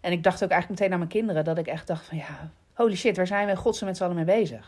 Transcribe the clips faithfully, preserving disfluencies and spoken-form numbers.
En ik dacht ook eigenlijk meteen aan mijn kinderen. Dat ik echt dacht van ja, holy shit, waar zijn we in godsnaam met z'n allen mee bezig?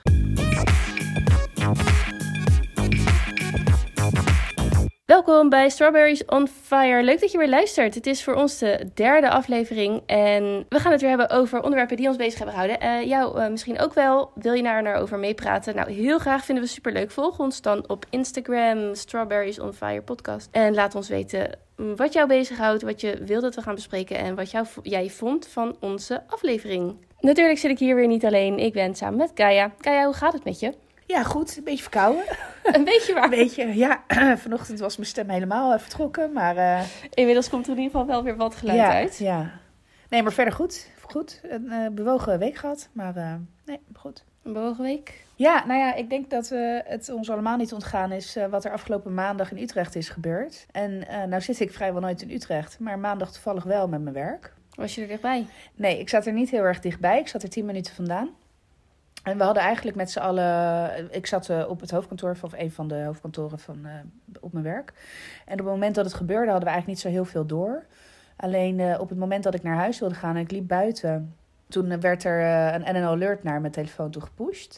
Welkom bij Strawberries on Fire. Leuk dat je weer luistert. Het is voor ons de derde aflevering. En we gaan het weer hebben over onderwerpen die ons bezig hebben gehouden. Uh, jou uh, misschien ook wel. Wil je daar naar over meepraten? Nou, heel graag, vinden we superleuk. Volg ons dan op Instagram, Strawberries on Fire podcast. En laat ons weten wat jou bezighoudt, wat je wil dat we gaan bespreken en wat jou, jij vond van onze aflevering. Natuurlijk zit ik hier weer niet alleen. Ik ben samen met Kaya. Kaya, hoe gaat het met je? Ja, goed. Een beetje verkouden. Een beetje waar? Een beetje, ja. Vanochtend was mijn stem helemaal uh, vertrokken, maar... Uh... Inmiddels komt er in ieder geval wel weer wat geluid ja, uit. Ja, nee, maar verder goed. Goed. Een uh, bewogen week gehad, maar uh, nee, goed. Een bewogen week? Ja, nou ja, ik denk dat uh, het ons allemaal niet ontgaan is uh, wat er afgelopen maandag in Utrecht is gebeurd. En uh, nou zit ik vrijwel nooit in Utrecht, maar maandag toevallig wel met mijn werk. Was je er dichtbij? Nee, ik zat er niet heel erg dichtbij. Ik zat er tien minuten vandaan. En we hadden eigenlijk met z'n allen... Ik zat uh, op het hoofdkantoor, of een van de hoofdkantoren van, uh, op mijn werk. En op het moment dat het gebeurde hadden we eigenlijk niet zo heel veel door. Alleen uh, op het moment dat ik naar huis wilde gaan en ik liep buiten... Toen werd er uh, een N L Alert naar mijn telefoon toe gepusht.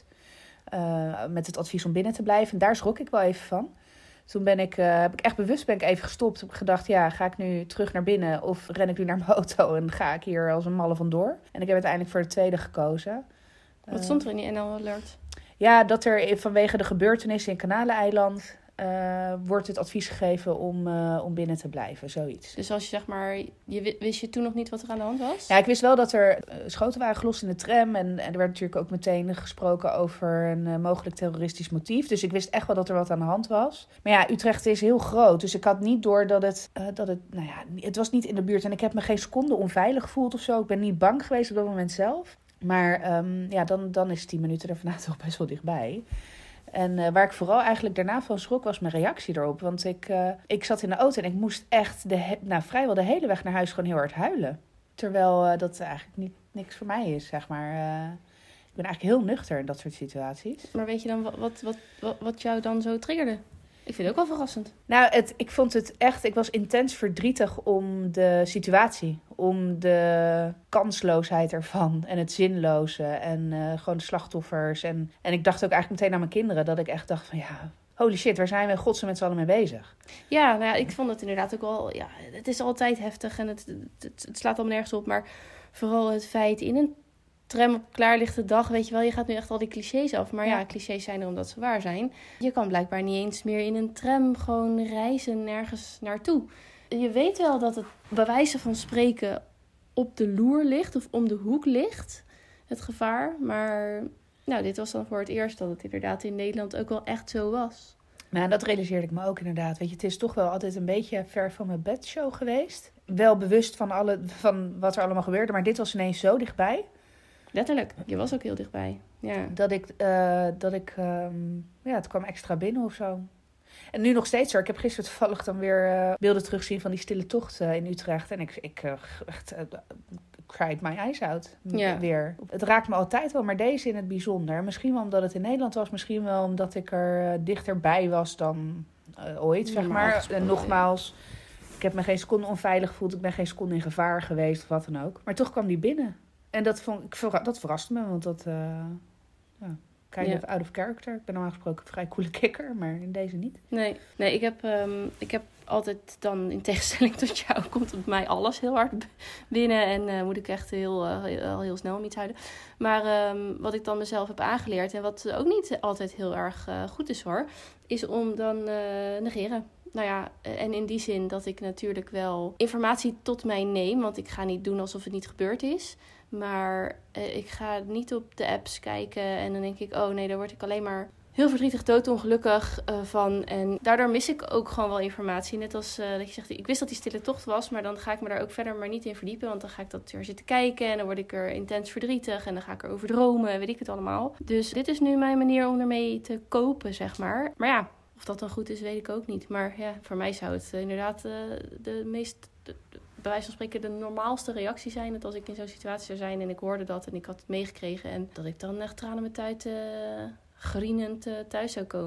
Uh, met het advies om binnen te blijven. En daar schrok ik wel even van. Toen ben ik, uh, heb ik echt bewust ben ik even gestopt. Heb ik gedacht, ja, ga ik nu terug naar binnen of ren ik nu naar mijn auto en ga ik hier als een malle vandoor? En ik heb uiteindelijk voor de tweede gekozen. Wat stond er in die N L Alert? Ja, dat er vanwege de gebeurtenissen in Kanaleiland uh, wordt het advies gegeven om, uh, om binnen te blijven, zoiets. Dus als je zeg maar, je, wist je toen nog niet wat er aan de hand was? Ja, ik wist wel dat er uh, schoten waren gelost in de tram en, en er werd natuurlijk ook meteen gesproken over een uh, mogelijk terroristisch motief. Dus ik wist echt wel dat er wat aan de hand was. Maar ja, Utrecht is heel groot, dus ik had niet door dat het, uh, dat het, nou ja, het was niet in de buurt en ik heb me geen seconde onveilig gevoeld of zo. Ik ben niet bang geweest op dat moment zelf. Maar um, ja, dan, dan is tien minuten daarna toch best wel dichtbij. En uh, waar ik vooral eigenlijk daarna van schrok was mijn reactie erop. Want ik, uh, ik zat in de auto en ik moest echt de he- nou, vrijwel de hele weg naar huis gewoon heel hard huilen. Terwijl uh, dat eigenlijk niet, niks voor mij is, zeg maar. Uh, ik ben eigenlijk heel nuchter in dat soort situaties. Maar weet je dan wat, wat, wat, wat jou dan zo triggerde? Ik vind het ook wel verrassend. Nou, het, ik vond het echt... Ik was intens verdrietig om de situatie. Om de kansloosheid ervan. En het zinloze. En uh, gewoon de slachtoffers. En, en ik dacht ook eigenlijk meteen aan mijn kinderen. Dat ik echt dacht van ja... Holy shit, waar zijn we in godsnaam met z'n allen mee bezig? Ja, nou ja, ik vond het inderdaad ook wel... Ja, het is altijd heftig en het, het, het slaat allemaal nergens op. Maar vooral het feit in een tram op klaarlichte dag, weet je wel, je gaat nu echt al die clichés af. Maar ja, ja, clichés zijn er omdat ze waar zijn. Je kan blijkbaar niet eens meer in een tram gewoon reizen nergens naartoe. Je weet wel dat het bij wijze van spreken op de loer ligt of om de hoek ligt, het gevaar. Maar nou, dit was dan voor het eerst dat het inderdaad in Nederland ook wel echt zo was. Nou, dat realiseerde ik me ook inderdaad. Weet je, het is toch wel altijd een beetje ver van mijn bedshow geweest. Wel bewust van, alle, van wat er allemaal gebeurde, maar dit was ineens zo dichtbij. Letterlijk, je was ook heel dichtbij. Ja. Dat ik, uh, dat ik um, ja, het kwam extra binnen of zo. En nu nog steeds hoor. Ik heb gisteren toevallig dan weer uh, beelden terugzien van die stille tocht uh, in Utrecht. En ik, ik uh, echt, uh, cried my eyes out. Ja. Weer. Het raakt me altijd wel, maar deze in het bijzonder. Misschien wel omdat het in Nederland was. Misschien wel omdat ik er uh, dichterbij was dan uh, ooit, zeg maar. En nogmaals, ik heb me geen seconde onveilig gevoeld. Ik ben geen seconde in gevaar geweest of wat dan ook. Maar toch kwam die binnen. En dat, vond, ik, dat verraste me, want dat... Uh, ja, kind ja. of out of character. Ik ben normaal gesproken een vrij coole kikker, maar in deze niet. Nee, nee ik, heb, um, ik heb altijd dan, in tegenstelling tot jou, komt op mij alles heel hard binnen. En uh, moet ik echt heel, uh, heel, heel snel om iets houden. Maar um, wat ik dan mezelf heb aangeleerd, en wat ook niet altijd heel erg uh, goed is hoor, is om dan uh, negeren. Nou ja, en in die zin dat ik natuurlijk wel informatie tot mij neem. Want ik ga niet doen alsof het niet gebeurd is. Maar uh, ik ga niet op de apps kijken en dan denk ik, oh nee, daar word ik alleen maar heel verdrietig, doodongelukkig uh, van. En daardoor mis ik ook gewoon wel informatie. Net als uh, dat je zegt, ik wist dat die stille tocht was, maar dan ga ik me daar ook verder maar niet in verdiepen. Want dan ga ik dat weer zitten kijken en dan word ik er intens verdrietig en dan ga ik erover dromen en weet ik het allemaal. Dus dit is nu mijn manier om ermee te kopen, zeg maar. Maar ja, of dat dan goed is, weet ik ook niet. Maar ja, voor mij zou het uh, inderdaad uh, de meest... De, de, bij wijze van spreken de normaalste reactie zijn. Dat als ik in zo'n situatie zou zijn en ik hoorde dat en ik had het meegekregen. En dat ik dan echt tranen met uit uh, grienend uh, thuis zou komen.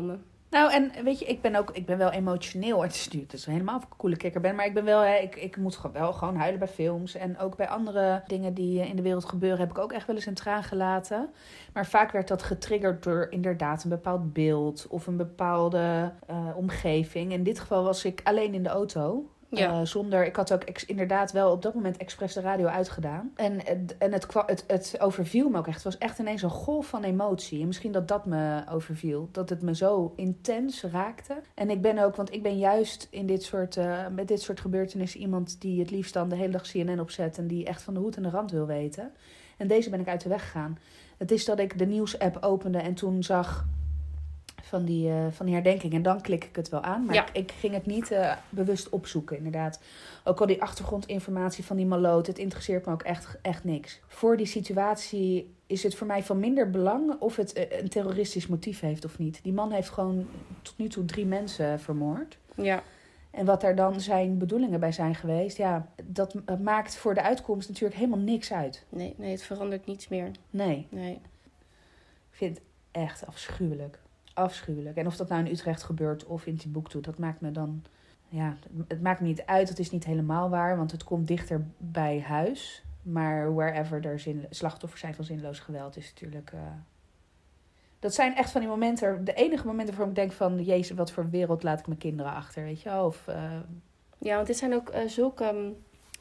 Nou, en weet je, ik ben ook, ik ben wel emotioneel. Het is nu, het is helemaal of ik een coole kikker ben, maar ik ben wel, hè, ik, ik moet gewoon wel gewoon huilen bij films. En ook bij andere dingen die in de wereld gebeuren, heb ik ook echt wel eens een traan gelaten. Maar vaak werd dat getriggerd door inderdaad een bepaald beeld of een bepaalde uh, omgeving. In dit geval was ik alleen in de auto. Ja. Uh, zonder, ik had ook ex, inderdaad wel op dat moment expres de radio uitgedaan. En, en het, het, het overviel me ook echt. Het was echt ineens een golf van emotie. En misschien dat dat me overviel. Dat het me zo intens raakte. En ik ben ook, want ik ben juist in dit soort, uh, met dit soort gebeurtenissen iemand die het liefst dan de hele dag C N N opzet. En die echt van de hoed en de rand wil weten. En deze ben ik uit de weg gegaan. Het is dat ik de nieuwsapp opende en toen zag van die, uh, van die herdenking. En dan klik ik het wel aan. Maar ja. ik, ik ging het niet uh, bewust opzoeken, inderdaad. Ook al die achtergrondinformatie van die maloot. Het interesseert me ook echt, echt niks. Voor die situatie is het voor mij van minder belang of het uh, een terroristisch motief heeft of niet. Die man heeft gewoon tot nu toe drie mensen vermoord. Ja. En wat daar dan zijn bedoelingen bij zijn geweest, ja, dat maakt voor de uitkomst natuurlijk helemaal niks uit. Nee, nee, het verandert niets meer. Nee. nee. Ik vind het echt afschuwelijk. Afschuwelijk. En of dat nou in Utrecht gebeurt of in Timbuktu, dat maakt me dan... Ja, het maakt me niet uit. Het is niet helemaal waar, want het komt dichter bij huis. Maar wherever er zin, slachtoffers zijn van zinloos geweld is natuurlijk... Uh... Dat zijn echt van die momenten, de enige momenten waarop ik denk van... Jezus, wat voor wereld laat ik mijn kinderen achter, weet je? Of, uh... Ja, want dit zijn ook uh, zulke... Um...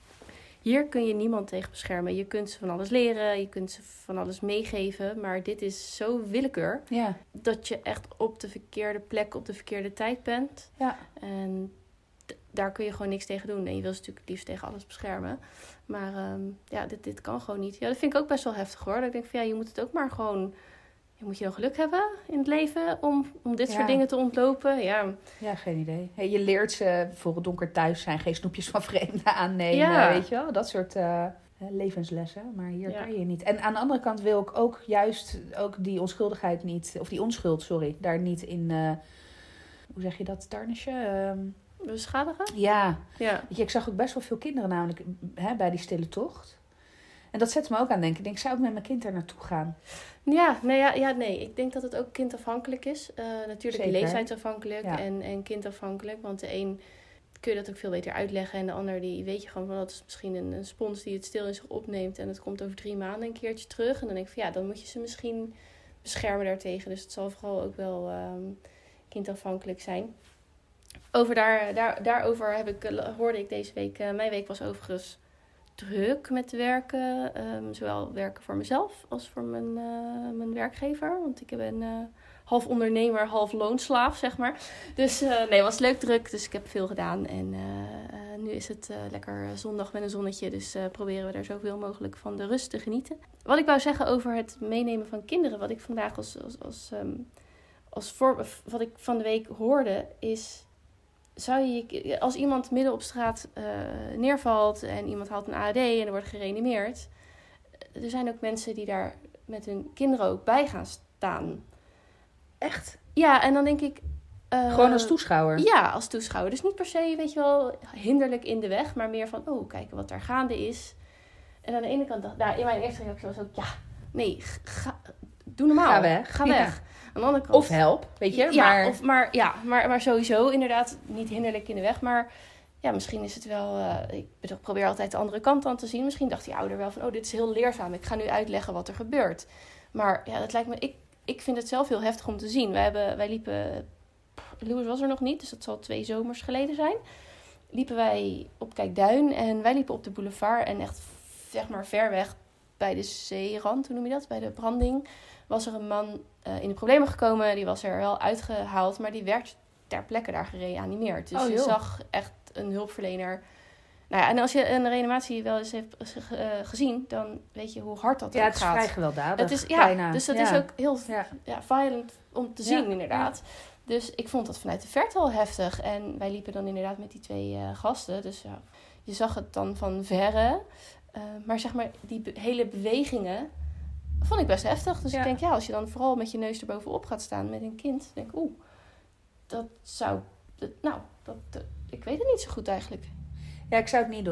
Hier kun je niemand tegen beschermen. Je kunt ze van alles leren, je kunt ze van alles meegeven. Maar dit is zo willekeur. Ja. Dat je echt op de verkeerde plek, op de verkeerde tijd bent. Ja. En d- daar kun je gewoon niks tegen doen. En je wil ze natuurlijk het liefst tegen alles beschermen. Maar um, ja, dit, dit kan gewoon niet. Ja, dat vind ik ook best wel heftig hoor. Dat ik denk van ja, je moet het ook maar gewoon... Je moet je dan geluk hebben in het leven om, om dit ja. soort dingen te ontlopen. Ja, ja geen idee. Hey, je leert ze bijvoorbeeld donker thuis zijn, geen snoepjes van vreemden aannemen. Ja. Weet je wel, dat soort uh, levenslessen. Maar hier ja. kan je niet. En aan de andere kant wil ik ook juist ook die onschuldigheid niet, of die onschuld, sorry, daar niet in, uh, hoe zeg je dat, tarnishen? Um, Beschadigen? Ja. ja. Weet je, ik zag ook best wel veel kinderen namelijk hè, bij die stille tocht. En dat zet me ook aan denken. Ik denk, zou ik met mijn kind daar naartoe gaan? Ja, nee, ja, ja, nee. Ik denk dat het ook kindafhankelijk is. Uh, natuurlijk Zeker. leeftijdsafhankelijk ja. en, en kindafhankelijk. Want de een kun je dat ook veel beter uitleggen. En de ander, die weet je gewoon van dat is misschien een, een spons die het stil in zich opneemt. En het komt over drie maanden een keertje terug. En dan denk ik van ja, dan moet je ze misschien beschermen daartegen. Dus het zal vooral ook wel um, kindafhankelijk zijn. Over daar, daar, daarover heb ik, hoorde ik deze week. Uh, mijn week was overigens druk met werken. Um, zowel werken voor mezelf als voor mijn, uh, mijn werkgever. Want ik ben uh, half ondernemer, half loonslaaf, zeg maar. Dus uh, nee, het was leuk druk. Dus ik heb veel gedaan. En uh, uh, nu is het uh, lekker zondag met een zonnetje. Dus uh, proberen we er zoveel mogelijk van de rust te genieten. Wat ik wou zeggen over het meenemen van kinderen. Wat ik vandaag als, als, als, um, als voor, wat ik van de week hoorde is... Zou je, als iemand midden op straat uh, neervalt en iemand haalt een A E D en er wordt gereanimeerd. Er zijn ook mensen die daar met hun kinderen ook bij gaan staan. Echt? Ja, en dan denk ik... Uh, Gewoon als toeschouwer? Ja, als toeschouwer. Dus niet per se, weet je wel, hinderlijk in de weg. Maar meer van, oh, kijken wat daar gaande is. En aan de ene kant dacht nou, in mijn eerste reactie was ook, ja, nee, ga, doe normaal. Ga weg. Ga ja. weg. Aan de andere kant, of help, weet je. Ja, maar... Of, maar, ja maar, maar sowieso inderdaad niet hinderlijk in de weg. Maar ja, misschien is het wel... Uh, ik probeer altijd de andere kant aan te zien. Misschien dacht die ouder wel van... Oh, dit is heel leerzaam. Ik ga nu uitleggen wat er gebeurt. Maar ja, dat lijkt me... Ik, ik vind het zelf heel heftig om te zien. Wij, hebben, wij liepen... Louis was er nog niet, dus dat zal twee zomers geleden zijn. Liepen wij op Kijkduin. En wij liepen op de boulevard. En echt, zeg maar, ver weg bij de zeerand. Hoe noem je dat? Bij de branding... was er een man uh, in de problemen gekomen. Die was er wel uitgehaald. Maar die werd ter plekke daar gereanimeerd. Dus oh, je zag echt een hulpverlener. Nou ja, en als je een reanimatie wel eens hebt uh, gezien... dan weet je hoe hard dat ja, ook gaat. Ja, het is vrij gewelddadig. Het is, ja, bijna. dus dat ja. is ook heel ja. Ja, violent om te zien, ja. inderdaad. Ja. Dus ik vond dat vanuit de verte al heftig. En wij liepen dan inderdaad met die twee uh, gasten. Dus ja, je zag het dan van verre. Uh, maar zeg maar, die be- hele bewegingen... vond ik best heftig. Dus ja. ik denk, ja, als je dan vooral met je neus erbovenop gaat staan met een kind, denk ik, oeh, dat zou, dat, nou, dat, dat, ik weet het niet zo goed eigenlijk. Ja, ik zou het niet doen.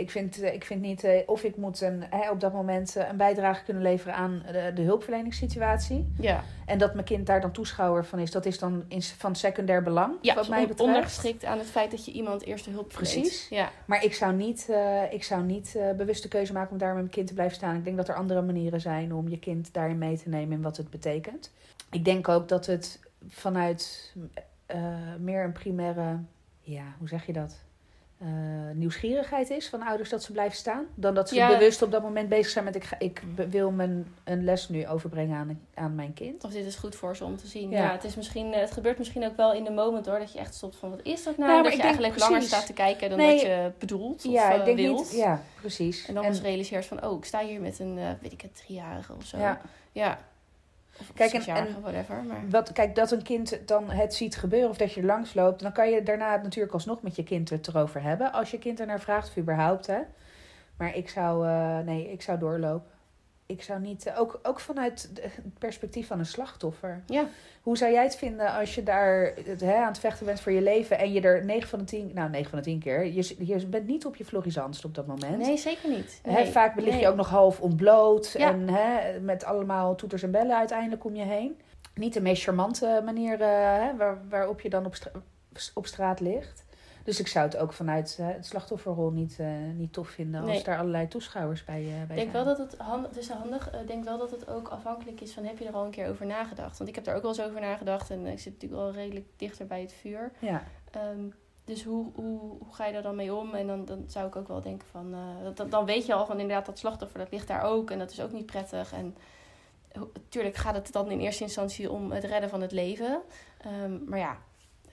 Ik vind, uh, ik vind niet... Uh, of ik moet een, hè, op dat moment uh, een bijdrage kunnen leveren aan de, de hulpverleningssituatie. Ja. En dat mijn kind daar dan toeschouwer van is. Dat is dan in, van secundair belang, ja, wat mij betreft. Ondergeschikt aan het feit dat je iemand eerste hulp verleent. Precies. Ja. Maar ik zou niet, uh, ik zou niet uh, bewust de keuze maken om daar met mijn kind te blijven staan. Ik denk dat er andere manieren zijn om je kind daarin mee te nemen en wat het betekent. Ik denk ook dat het vanuit uh, meer een primaire... Ja, hoe zeg je dat? Uh, nieuwsgierigheid is van ouders dat ze blijven staan. Dan dat ze ja. bewust op dat moment bezig zijn met... ik, ga, ik wil mijn, een les nu overbrengen aan, aan mijn kind. Of dit is goed voor ze om te zien. Ja, ja het, is misschien, het gebeurt misschien ook wel in de moment hoor. Dat je echt stopt van wat is dat nou? Ja, dat je eigenlijk precies. langer staat te kijken dan nee, dat je bedoelt of ja, ik denk wilt. Niet, ja, precies. En dan en, realiseert van... oh, ik sta hier met een, uh, weet ik het, driejarige of zo. Ja. ja. Of kijk, en, en whatever, maar... wat, kijk, dat een kind dan het ziet gebeuren of dat je er langs loopt... dan kan je daarna natuurlijk alsnog met je kind het erover hebben. Als je kind ernaar vraagt of überhaupt, hè. Maar ik zou, uh, nee, ik zou doorlopen. Ik zou niet, uh, ook, ook vanuit het perspectief van een slachtoffer. Ja. Hoe zou jij het vinden als je daar hè, aan het vechten bent voor je leven... en je er negen van de tien, nou negen van de tien keer... je, je bent niet op je florissantst op dat moment. Nee, zeker niet. Nee. Hè, vaak lig je nee. ook nog half ontbloot... Ja. en hè, met allemaal toeters en bellen uiteindelijk om je heen. Niet de meest charmante manier uh, hè, waar, waarop je dan op, stra- op straat ligt... Dus ik zou het ook vanuit uh, het slachtofferrol niet, uh, niet tof vinden... als nee. daar allerlei toeschouwers bij, uh, bij zijn. Ik denk wel dat het handig, het is handig. Ik uh, denk wel dat het ook afhankelijk is van... heb je er al een keer over nagedacht? Want ik heb er ook wel eens over nagedacht... en uh, ik zit natuurlijk wel redelijk dichter bij het vuur. Ja. Um, dus hoe, hoe, hoe ga je daar dan mee om? En dan, dan zou ik ook wel denken van... Uh, dat, dan weet je al van inderdaad dat slachtoffer... dat ligt daar ook en dat is ook niet prettig. En natuurlijk gaat het dan in eerste instantie... om het redden van het leven. Um, maar ja...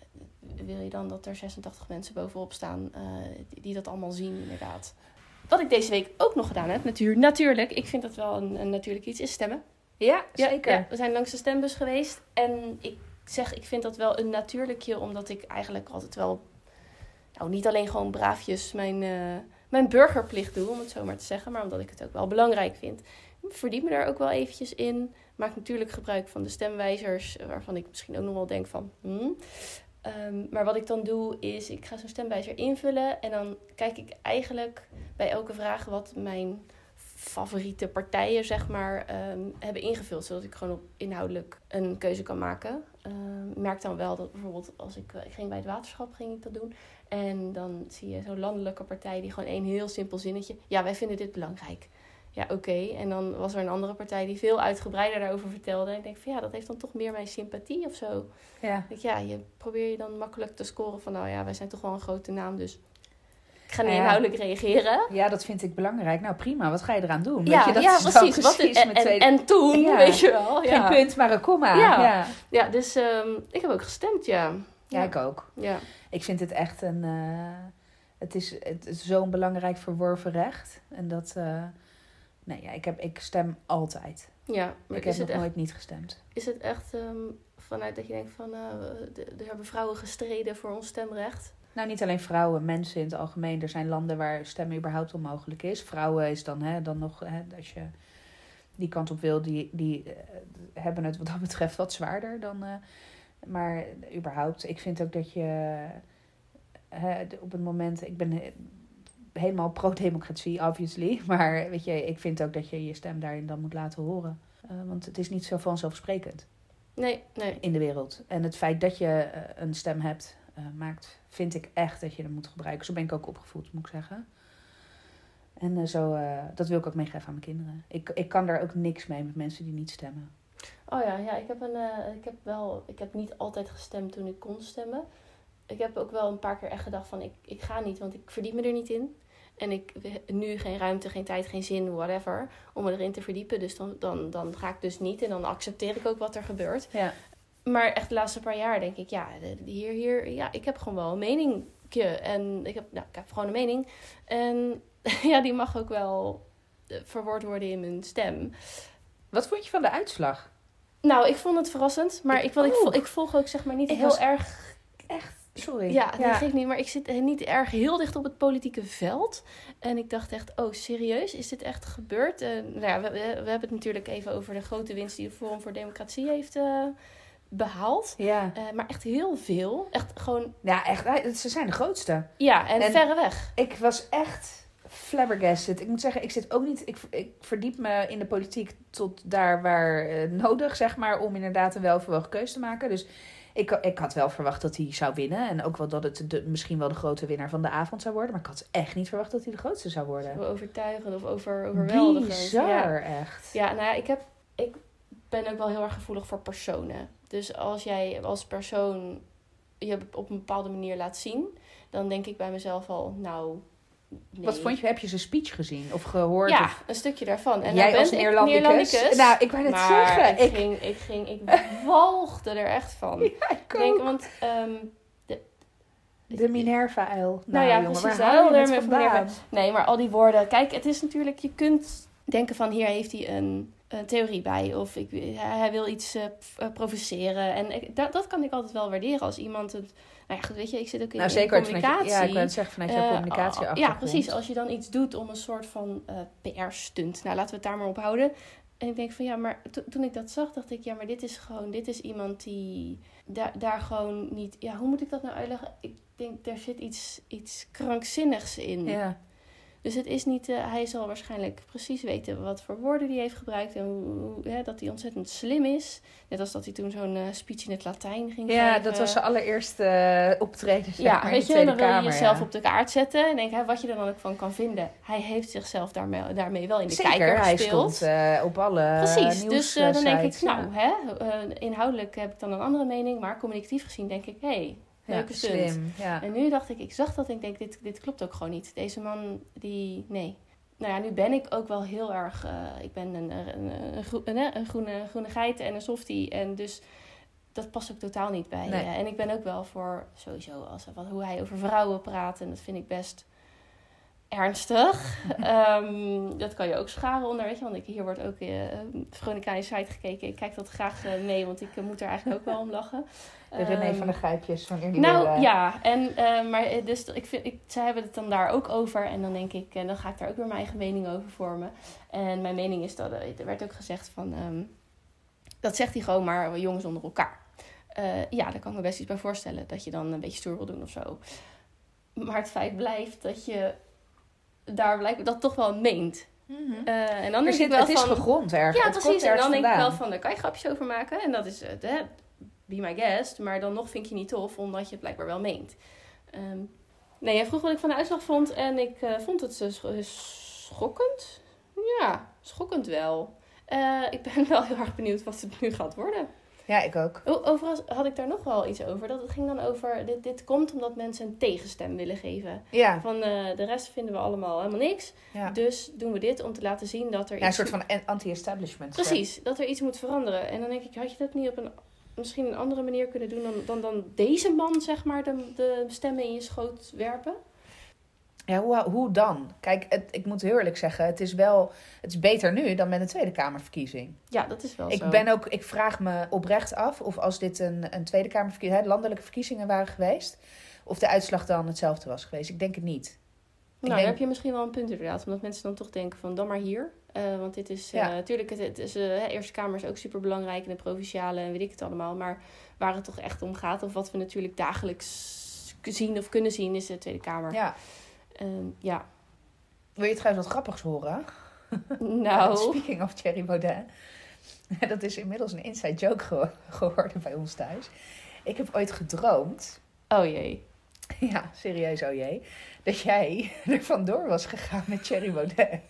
wil je dan dat er zesentachtig mensen bovenop staan uh, die, die dat allemaal zien inderdaad. Wat ik deze week ook nog gedaan heb, natuur, natuurlijk, ik vind dat wel een, een natuurlijk iets, is stemmen. Ja, zeker. Ja, ja, we zijn langs de stembus geweest en ik zeg, ik vind dat wel een natuurlijkje, omdat ik eigenlijk altijd wel, nou niet alleen gewoon braafjes mijn, uh, mijn burgerplicht doe, om het zo maar te zeggen, maar omdat ik het ook wel belangrijk vind. Ik verdiep me daar ook wel eventjes in. Maak natuurlijk gebruik van de stemwijzers, waarvan ik misschien ook nog wel denk van... Hmm. Um, maar wat ik dan doe is, ik ga zo'n stemwijzer invullen en dan kijk ik eigenlijk bij elke vraag wat mijn favoriete partijen, zeg maar, um, hebben ingevuld. Zodat ik gewoon op inhoudelijk een keuze kan maken. Um, ik merk dan wel dat bijvoorbeeld als ik, ik ging bij het waterschap, ging ik dat doen. En dan zie je zo'n landelijke partij die gewoon één heel simpel zinnetje. Ja, wij vinden dit belangrijk. Ja, oké. Okay. En dan was er een andere partij die veel uitgebreider daarover vertelde. En ik denk van ja, dat heeft dan toch meer mijn sympathie of zo. Ja. Ik, ja, je probeer je dan makkelijk te scoren van nou ja, wij zijn toch wel een grote naam, dus ik ga niet ja. inhoudelijk reageren. Ja, dat vind ik belangrijk. Nou prima, wat ga je eraan doen? Ja, weet je, dat ja is precies. precies wat, en, en, twee... en toen, ja. weet je wel. Ja. Geen punt, maar een komma. Ja, ja. ja dus um, ik heb ook gestemd, ja. Ja, ja. ik ook. Ja. Ik vind het echt een... Uh, het, is, het is zo'n belangrijk verworven recht. En dat... Uh, nee, ja, ik, heb, ik stem altijd. Ja, maar ik is heb nog echt, nooit niet gestemd. Is het echt um, vanuit dat je denkt van... Uh, er hebben vrouwen gestreden voor ons stemrecht? Nou, niet alleen vrouwen, mensen in het algemeen. Er zijn landen waar stemmen überhaupt onmogelijk is. Vrouwen is dan, hè, dan nog... Hè, als je die kant op wil, die, die uh, hebben het wat dat betreft wat zwaarder dan... Uh, maar überhaupt, ik vind ook dat je... Uh, op het moment... Ik ben... helemaal pro-democratie, obviously. Maar weet je, ik vind ook dat je je stem daarin dan moet laten horen. Uh, want het is niet zo vanzelfsprekend. Nee, nee. In de wereld. En het feit dat je uh, een stem hebt, uh, maakt, vind ik echt dat je hem moet gebruiken. Zo ben ik ook opgevoed, moet ik zeggen. En uh, zo, uh, dat wil ik ook meegeven aan mijn kinderen. Ik, ik kan daar ook niks mee met mensen die niet stemmen. Oh ja, ja ik, heb een, uh, ik heb wel, ik heb niet altijd gestemd toen ik kon stemmen. Ik heb ook wel een paar keer echt gedacht van, ik, ik ga niet, want ik verdiep me er niet in. En ik heb nu geen ruimte, geen tijd, geen zin, whatever, om me erin te verdiepen. Dus dan, dan, dan ga ik dus niet en dan accepteer ik ook wat er gebeurt. Ja. Maar echt de laatste paar jaar denk ik, ja, hier, hier, ja, ik heb gewoon wel een meningje. En ik heb, nou, ik heb gewoon een mening. En ja, die mag ook wel verwoord worden in mijn stem. Wat vond je van de uitslag? Nou, ik vond het verrassend. Maar ik, ik, ik, volg, ik volg ook zeg maar niet ik heel was... erg... Echt? Sorry. Ja, dat ja. geeft niet. Maar ik zit niet erg heel dicht op het politieke veld. En ik dacht echt, oh serieus? Is dit echt gebeurd? Uh, nou ja, we, we hebben het natuurlijk even over de grote winst die de Forum voor Democratie heeft uh, behaald. Ja. Uh, maar echt heel veel. Echt gewoon... Ja, echt. Ze zijn de grootste. Ja, en, en verre weg. Ik was echt Flabbergasted. Ik moet zeggen, ik zit ook niet... Ik, ik verdiep me in de politiek tot daar waar uh, nodig, zeg maar, om inderdaad een welverwogen keuze te maken. Dus ik, ik had wel verwacht dat hij zou winnen. En ook wel dat het de, misschien wel de grote winnaar van de avond zou worden. Maar ik had echt niet verwacht dat hij de grootste zou worden. Zo overtuigend of over, overweldigend. Bizar, ja. echt. Ja, nou ja, ik, heb, ik ben ook wel heel erg gevoelig voor personen. Dus als jij als persoon je op een bepaalde manier laat zien, dan denk ik bij mezelf al, nou... Nee. Wat vond je? Heb je zijn speech gezien of gehoord? Ja, of... een stukje daarvan. En jij nou als ben Neerlandicus? Neerlandicus. Nou, ik wou net maar zeggen. Ik, Ik... ging, ik ging, ik walgde er echt van. Ja, ik denk, ook. want um, de, de Minerva-uil. Nou, nou ja, jongen, precies. waar haal je Daar het met vandaan? Minerva. Nee, maar al die woorden. Kijk, het is natuurlijk, je kunt denken van hier heeft hij een, een theorie bij. Of ik, hij wil iets uh, provoceren. En ik, dat, dat kan ik altijd wel waarderen als iemand het... Nou ja, goed, weet je, ik zit ook in, nou, in zeker communicatie. Je, ja, ik wil het zeggen, vanuit jouw Uh, communicatie uh, Ja, precies. Als je dan iets doet om een soort van uh, P R-stunt. Nou, laten we het daar maar op houden. En ik denk van, ja, maar to- toen ik dat zag, dacht ik... Ja, maar dit is gewoon, dit is iemand die da- daar gewoon niet... Ja, hoe moet ik dat nou uitleggen? Ik denk, er zit iets, iets krankzinnigs in. Ja. Dus het is niet... Uh, hij zal waarschijnlijk precies weten wat voor woorden hij heeft gebruikt. En hoe, hoe, ja, dat hij ontzettend slim is. Net als dat hij toen zo'n uh, speech in het Latijn ging Ja, geven. dat was zijn allereerste uh, optreden, zeg ja, maar, in weet de je, Tweede dan wil je Kamer, jezelf ja. op de kaart zetten. En denk, hè, wat je er dan ook van kan vinden. Hij heeft zichzelf daarmee, daarmee wel in de Zeker, kijker hij gespeeld. stond uh, op alle Precies, nieuws, dus uh, dan denk ik, sites, nou, ja. hè, uh, inhoudelijk heb ik dan een andere mening. Maar communicatief gezien denk ik, hé, hey, leuke ja, stunt. slim, ja. En nu dacht ik, ik zag dat en ik denk, dit, dit klopt ook gewoon niet. Deze man, die, nee. Nou ja, nu ben ik ook wel heel erg... Uh, ik ben een, een, een, groe, een, een groene, groene geit en een softie. En dus dat past ook totaal niet bij. Nee. Uh, en ik ben ook wel voor sowieso als, wat, hoe hij over vrouwen praat. En dat vind ik best ernstig. um, dat kan je ook scharen onder, weet je. Want ik, hier wordt ook uh, Veronica in site gekeken. Ik kijk dat graag uh, mee, want ik uh, moet er eigenlijk ook wel om lachen. De René um, van der Gijpjes van jullie. Nou willen... ja, en, uh, maar dus ik vind, ik, zij hebben het dan daar ook over. En dan denk ik, en dan ga ik daar ook weer mijn eigen mening over vormen. En mijn mening is dat, er werd ook gezegd van, um, dat zegt hij gewoon maar jongens onder elkaar. Uh, ja, daar kan ik me best iets bij voorstellen. Dat je dan een beetje stoer wil doen of zo. Maar het feit blijft dat je daar blijkbaar dat toch wel meent. Mm-hmm. Uh, en dan denk zit, ik wel het is van, gegrond ergens. Ja, het precies. En dan vandaan. denk ik wel van, daar kan je grapjes over maken. En dat is het, hè. Be my guest. Maar dan nog vind ik je niet tof, omdat je het blijkbaar wel meent. Um, nee, jij vroeg wat ik van de uitslag vond. En ik uh, vond het uh, schokkend. Ja, schokkend wel. Uh, ik ben wel heel erg benieuwd wat het nu gaat worden. Ja, ik ook. O, overigens had ik daar nog wel iets over. Dat het ging dan over, dit, dit komt omdat mensen een tegenstem willen geven. Ja. Van uh, de rest vinden we allemaal helemaal niks. Ja. Dus doen we dit om te laten zien dat er ja, iets... een soort van anti-establishment. Precies, hè? Dat er iets moet veranderen. En dan denk ik, had je dat niet op een misschien een andere manier kunnen doen dan, dan, dan deze man, zeg maar, de, de stemmen in je schoot werpen? Ja, hoe, hoe dan? Kijk, het, ik moet heel eerlijk zeggen, het is wel, het is beter nu dan met een Tweede Kamerverkiezing. Ja, dat is wel ik zo. Ben ook, ik vraag me oprecht af of als dit een, een Tweede Kamerverkiezing, landelijke verkiezingen waren geweest, of de uitslag dan hetzelfde was geweest. Ik denk het niet. Nou, denk... daar heb je misschien wel een punt inderdaad. Omdat mensen dan toch denken van, dan maar hier. Uh, want dit is, ja. uh, natuurlijk, het, het is, uh, Eerste Kamer is ook super belangrijk in de provinciale en weet ik het allemaal. Maar waar het toch echt om gaat, of wat we natuurlijk dagelijks zien of kunnen zien, is de Tweede Kamer. Ja. Um, ja. Wil je trouwens wat grappigs horen? Nou. Speaking of Thierry Baudet. Dat is inmiddels een inside joke ge- geworden bij ons thuis. Ik heb ooit gedroomd. Oh jee. Ja, serieus oh jee. Dat jij er vandoor was gegaan met Thierry Baudet.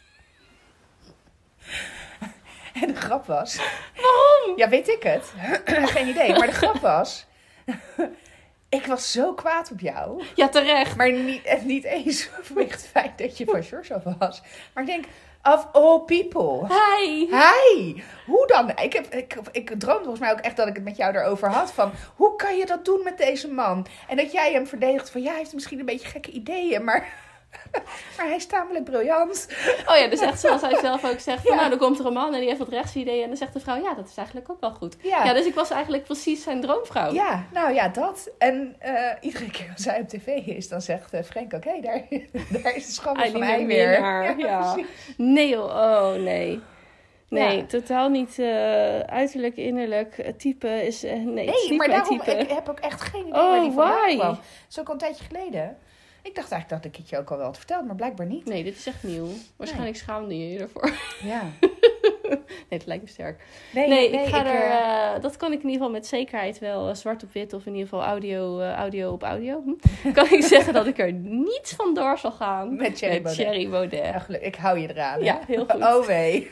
En de grap was... Waarom? Ja, weet ik het. Geen idee. Maar de grap was... Ik was zo kwaad op jou. Ja, terecht. Maar niet, niet eens vanwege het feit dat je van George af was. Maar ik denk, of all people. Hi. Hi. Hoe dan? Ik, heb, ik, ik droomde volgens mij ook echt dat ik het met jou erover had. Van, hoe kan je dat doen met deze man? En dat jij hem verdedigt van, ja, hij heeft misschien een beetje gekke ideeën. Maar, maar hij is tamelijk briljant. Oh ja, dus echt zoals hij zelf ook zegt. Van, Ja. Nou, dan komt er een man en die heeft wat rechtsideeën. En dan zegt de vrouw, ja, dat is eigenlijk ook wel goed. Ja. Ja, dus ik was eigenlijk precies zijn droomvrouw. Ja, nou ja, dat. En uh, iedere keer als hij op tv is, dan zegt uh, Frank ook, hé, daar, daar is de schande van hij weer. Ja, Ja, ja. precies. Nee joh, oh nee. Nee, Ja. totaal niet uh, uiterlijk, innerlijk. Het type is... Uh, nee, het is Nee, niet maar mijn daarom, type. ik heb ook echt geen idee Oh, waar die vandaan why? kwam. Zo ook al een tijdje geleden. Ik dacht eigenlijk dat ik het je ook al wel had verteld, maar blijkbaar niet. Nee, dit is echt nieuw. Waarschijnlijk nee. schaamde je je ervoor. Ja. Nee, het lijkt me sterk. Nee, nee, nee ik ga ik, er... uh... Uh, dat kan ik in ieder geval met zekerheid wel uh, zwart op wit of in ieder geval audio, uh, audio op audio. Hm? Kan ik zeggen dat ik er niet vandoor zal gaan met Thierry met Thierry Baudet. Ja, geluk, ik hou je eraan. Ja, hè? heel goed. Oh wee.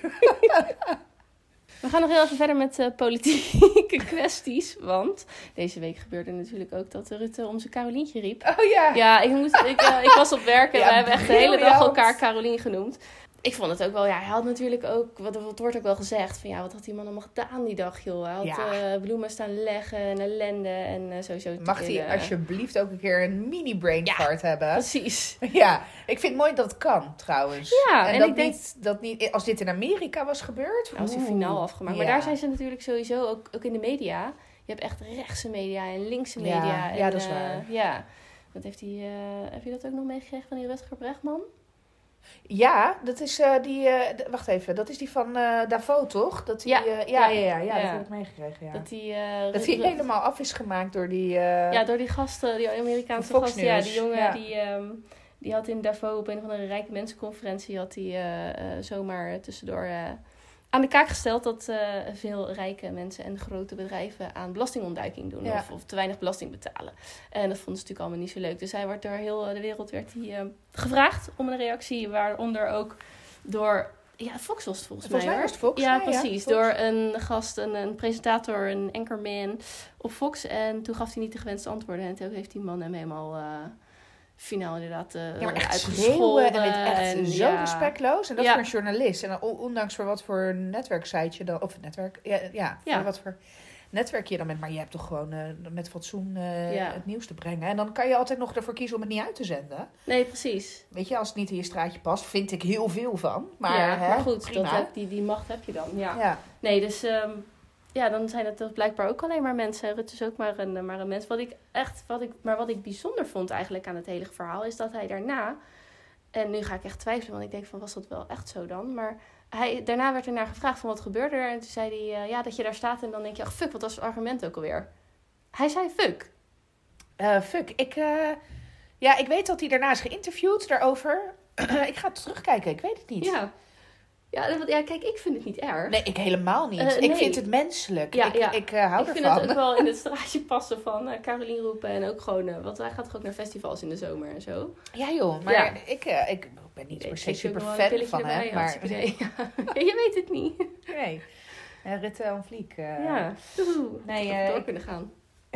We gaan nog heel even verder met uh, politieke kwesties. Want deze week gebeurde natuurlijk ook dat Rutte om zijn Carolientje riep. Oh ja. Ja, ik, moest, ik, uh, ik was op werk en ja, we hebben echt de hele dag elkaar Carolien genoemd. Ik vond het ook wel, ja, hij had natuurlijk ook, wat, wat wordt ook wel gezegd, van ja, wat had die man allemaal gedaan die dag, joh. Hij had ja. uh, bloemen staan leggen en ellende en uh, sowieso... Mag hij uh, alsjeblieft ook een keer een mini-brain ja, fart hebben? Precies. Ja, ik vind het mooi dat het kan, trouwens. Ja, en, en dat, ik denk... niet, dat niet, als dit in Amerika was gebeurd... Nou, was die finaal afgemaakt. Ja. Maar daar zijn ze natuurlijk sowieso, ook, ook in de media, je hebt echt rechtse media en linkse media. Ja, en, ja dat is uh, waar. Ja, dat heeft hij, uh, heb je dat ook nog meegekregen van die Rutger Bregman? Ja, dat is uh, die... Uh, d- wacht even, dat is die van uh, Davos, toch? Dat die, ja. Uh, ja, ja, ja, ja, ja, ja. dat heb ik meegekregen, ja. Dat die, uh, dat die dat... helemaal af is gemaakt door die... Uh, ja, door die gasten, die Amerikaanse Fox gasten. News. Ja, die jongen, ja. die, um, die had in Davos op een of andere rijke mensenconferentie... had hij uh, uh, zomaar tussendoor uh, aan de kaak gesteld... dat uh, veel rijke mensen en grote bedrijven aan belastingontduiking doen. Ja. Of, of te weinig belasting betalen. En dat vonden ze natuurlijk allemaal niet zo leuk. Dus hij wordt door heel de wereld werd hij, uh, gevraagd om een reactie... waaronder ook door... Ja, Fox was het volgens, volgens mij. mij was het Fox. Ja, ja, precies. Ja, door een gast, een, een presentator, een anchorman op Fox. En toen gaf hij niet de gewenste antwoorden. En toen heeft die man hem helemaal uh, finaal inderdaad uh, ja, maar echt uitgescholden. En het echt en, zo ja. respectloos. En dat ja. voor een journalist. En ondanks voor wat voor netwerksite je dan... Of netwerk... Ja, ja, ja. voor wat voor... netwerk je dan met, maar je hebt toch gewoon uh, met fatsoen uh, ja. het nieuws te brengen. En dan kan je altijd nog ervoor kiezen om het niet uit te zenden. Nee, precies. Weet je, als het niet in je straatje past, vind ik heel veel van. Maar, ja, hè, maar goed, prima. dat heb, die, die macht heb je dan. Ja. ja. Nee, dus um, ja, dan zijn het dat blijkbaar ook alleen maar mensen. Rutte is ook maar een, maar een mens. Wat ik echt, wat ik, maar wat ik bijzonder vond eigenlijk aan het hele verhaal, is dat hij daarna, en nu ga ik echt twijfelen, want ik denk van, was dat wel echt zo dan? Maar hij, daarna werd er naar gevraagd van wat gebeurde er. En toen zei hij, uh, ja, dat je daar staat en dan denk je, ach fuck, wat was het argument ook alweer? Hij zei fuck. Uh, fuck, ik, uh, ja, ik weet dat hij daarna is geïnterviewd daarover. Ik ga het terugkijken, ik weet het niet. Ja. Ja, ja, kijk, ik vind het niet erg. Nee, ik helemaal niet. Uh, nee. Ik vind het menselijk. Ja, ik ja. ik uh, hou ik ervan. Ik vind het ook wel in het straatje passen van uh, Carolien roepen. En ook gewoon, uh, want hij gaat toch ook naar festivals in de zomer en zo. Ja joh, maar ja. Ik, uh, ik ben niet per se super fan van hem. Erbij, maar... Nee. Ja, je weet het niet. Nee. Uh, Rutte en Vliek. Uh... Ja, nee, uh, door ik... kunnen gaan.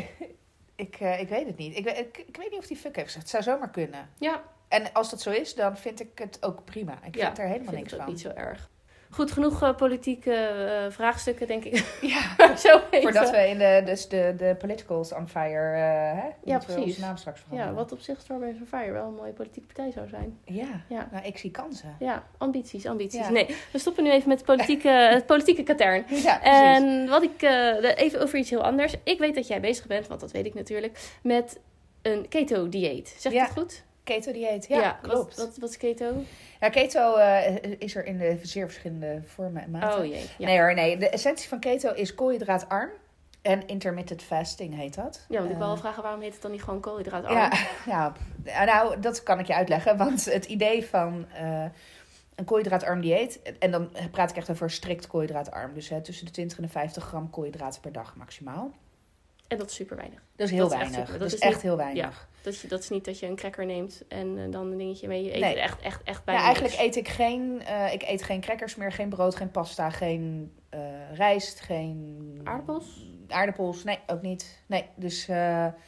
ik, uh, ik weet het niet. Ik, ik, ik weet niet of hij fuck heeft gezegd. Het zou zomaar kunnen. Ja. En als dat zo is, dan vind ik het ook prima. Ik ja, vind er helemaal vind niks ik van. Niet zo erg. Goed, genoeg uh, politieke uh, vraagstukken, denk ik. Ja, zo even. Voordat we in de, dus de, de politicals on fire, uh, hè? Ja, precies. Onze naam straks veranderen. Ja, wat op zich Strawberries on Fire wel een mooie politieke partij zou zijn. Ja, ja. Nou, ik zie kansen. Ja, ambities, ambities. Ja. Nee, we stoppen nu even met politieke, het politieke katern. Ja, precies. En wat ik, uh, even over iets heel anders. Ik weet dat jij bezig bent, want dat weet ik natuurlijk, met een keto-dieet. Zeg ik ja. het goed? Keto-dieet, ja, ja klopt. Wat, wat, wat is keto? Ja, keto uh, is er in de zeer verschillende vormen en maten. Oh jee. Ja. Nee hoor, nee. De essentie van keto is koolhydraatarm. En intermittent fasting heet dat. Ja, want ik wil uh, wel vragen, waarom heet het dan niet gewoon koolhydraatarm? Ja, ja, nou, dat kan ik je uitleggen. Want het idee van uh, een koolhydraatarm dieet... En dan praat ik echt over strikt koolhydraatarm. Dus hè, tussen de twintig en de vijftig gram koolhydraten per dag maximaal. En dat is super weinig. Dat is heel dat weinig. Is dat, dat is is echt niet, heel weinig. Ja, dat, is, dat is niet dat je een cracker neemt en uh, dan een dingetje mee. Je eet nee. echt, echt, echt bijna Ja, eigenlijk niks. eet ik geen, uh, ik eet geen crackers meer, geen brood, geen pasta, geen uh, rijst, geen... Aardappels? Aardappels, nee, ook niet. Nee, dus uh, uh,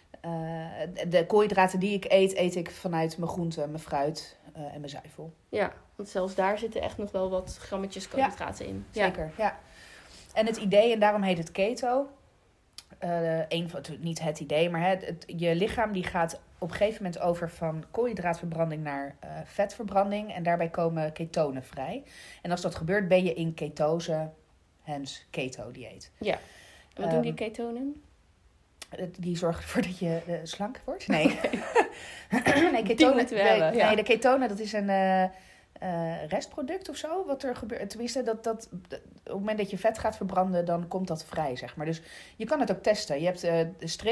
de koolhydraten die ik eet, eet ik vanuit mijn groenten, mijn fruit uh, en mijn zuivel. Ja, want zelfs daar zitten echt nog wel wat grammetjes koolhydraten ja, in. Zeker, ja. ja. En het idee, en daarom heet het keto... Uh, een van, niet het idee, maar het, het, je lichaam die gaat op een gegeven moment over van koolhydraatverbranding naar uh, vetverbranding. En daarbij komen ketonen vrij. En als dat gebeurt, ben je in ketose, hence keto-dieet. Ja. En wat um, doen die ketonen? Die zorgen ervoor dat je uh, slank wordt? Nee. nee, ketonen, de, hebben, ja. nee, de ketonen, dat is een... Uh, Uh, restproduct of zo, wat er gebeurt. Tenminste, dat, dat, dat, op het moment dat je vet gaat verbranden, dan komt dat vrij, zeg maar. Dus je kan het ook testen. Je hebt uh, de strips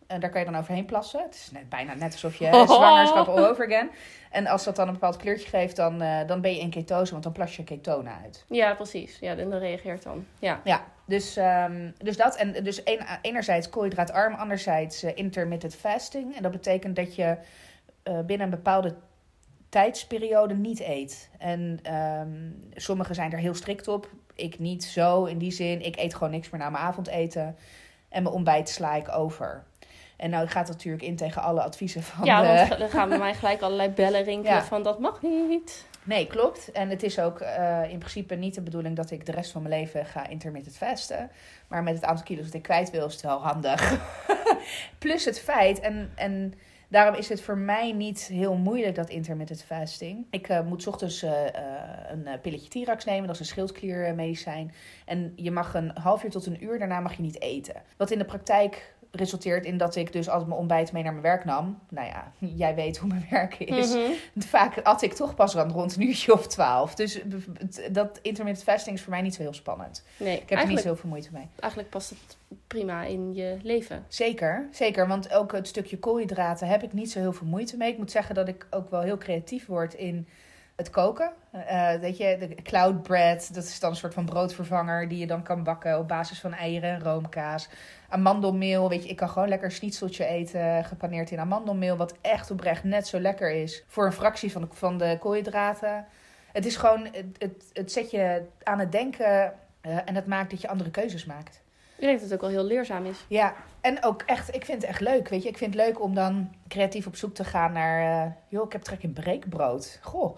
En daar kan je dan overheen plassen. Het is net, bijna net alsof je oh. zwangerschap all over again. En als dat dan een bepaald kleurtje geeft, dan, uh, dan ben je in ketose. Want dan plas je ketonen uit. Ja, precies. Ja, en dan reageert dan. Ja, ja dus, um, dus dat. En dus een, enerzijds koolhydraatarm, anderzijds uh, intermittent fasting. En dat betekent dat je uh, binnen een bepaalde tijdsperiode niet eet. En um, sommigen zijn er heel strikt op. Ik niet zo, in die zin. Ik eet gewoon niks meer na mijn avondeten. En mijn ontbijt sla ik over. En nou gaat het natuurlijk in tegen alle adviezen van... Ja, want de... dan gaan bij mij gelijk allerlei bellen rinkelen ja. van dat mag niet. Nee, klopt. En het is ook uh, in principe niet de bedoeling dat ik de rest van mijn leven ga intermittent fasten. Maar met het aantal kilo's dat ik kwijt wil, is het wel handig. Plus het feit, en, en daarom is het voor mij niet heel moeilijk, dat intermittent fasting. Ik uh, moet 's ochtends uh, uh, een pilletje Tirax nemen, dat is een schildkliermedicijn. En je mag een half uur tot een uur, daarna mag je niet eten. Wat in de praktijk resulteert in dat ik dus altijd mijn ontbijt mee naar mijn werk nam. Nou ja, jij weet hoe mijn werk is. Mm-hmm. Vaak at ik toch pas rond een uurtje of twaalf. Dus dat intermittent fasting is voor mij niet zo heel spannend. Nee, ik heb er niet zoveel moeite mee. Eigenlijk past het prima in je leven. Zeker, zeker. Want ook het stukje koolhydraten heb ik niet zo heel veel moeite mee. Ik moet zeggen dat ik ook wel heel creatief word in het koken. Uh, weet je, de cloud bread, dat is dan een soort van broodvervanger die je dan kan bakken op basis van eieren, roomkaas, amandelmeel. Weet je, ik kan gewoon lekker een schnitzeltje eten, gepaneerd in amandelmeel, wat echt oprecht net zo lekker is voor een fractie van de, van de koolhydraten. Het is gewoon, het, het, het zet je aan het denken uh, en het maakt dat je andere keuzes maakt. Ik denk dat het ook wel heel leerzaam is. Ja, en ook echt, ik vind het echt leuk, weet je. Ik vind het leuk om dan creatief op zoek te gaan naar, uh, joh, ik heb trek in breekbrood. Goh.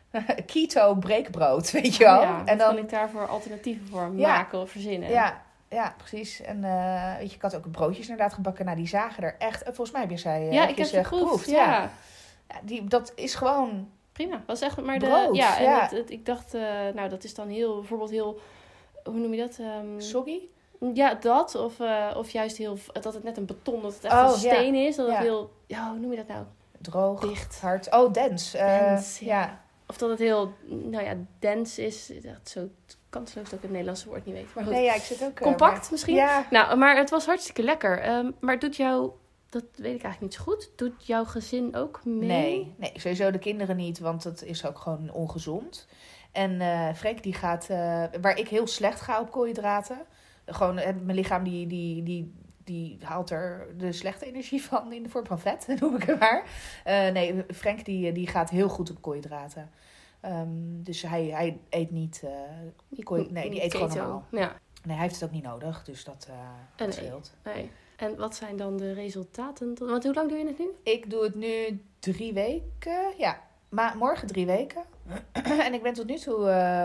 Keto breekbrood, weet je wel. Oh ja, en dan kan ik daarvoor alternatieven voor ja, maken of verzinnen. Ja, ja precies. En uh, weet je, ik had ook broodjes inderdaad gebakken. Nou, die zagen er echt... Volgens mij heb je zij uh, ja, ik heb ze geproefd. Ja. Ja. Ja, die, dat is gewoon prima. Was echt maar de brood. Ja, en ja. het, het, ik dacht, uh, nou, dat is dan heel, bijvoorbeeld heel, hoe noem je dat? Um, Soggy? Ja, dat. Of, uh, of juist heel, dat het net een beton, dat het echt oh, een steen ja. is. Dat het ja. heel, ja, hoe noem je dat nou? Droog, dicht, hard. Oh, dens. Uh, dens, ja. ja. Of dat het heel, nou ja, dens is. Dat zo kansloos dat ik het Nederlandse woord niet weet. Maar goed. Nee, ja, ik zit ook... Compact maar... misschien? Ja. Nou, maar het was hartstikke lekker. Um, maar doet jou, dat weet ik eigenlijk niet zo goed, doet jouw gezin ook mee? Nee, nee, sowieso de kinderen niet, want dat is ook gewoon ongezond. En uh, Freek, die gaat, uh, waar ik heel slecht ga op koolhydraten. Gewoon, uh, mijn lichaam die... die, die Die haalt er de slechte energie van in de vorm van vet, noem ik het maar. Uh, nee, Frank die, die gaat heel goed op koolhydraten. Um, dus hij, hij eet niet... Uh, kooi, nee, die eet gewoon normaal. Ja. Nee, hij heeft het ook niet nodig, dus dat, uh, dat nee, scheelt. Nee. En wat zijn dan de resultaten? Want hoe lang doe je het nu? Ik doe het nu drie weken. Ja, maar morgen drie weken. En ik ben tot nu toe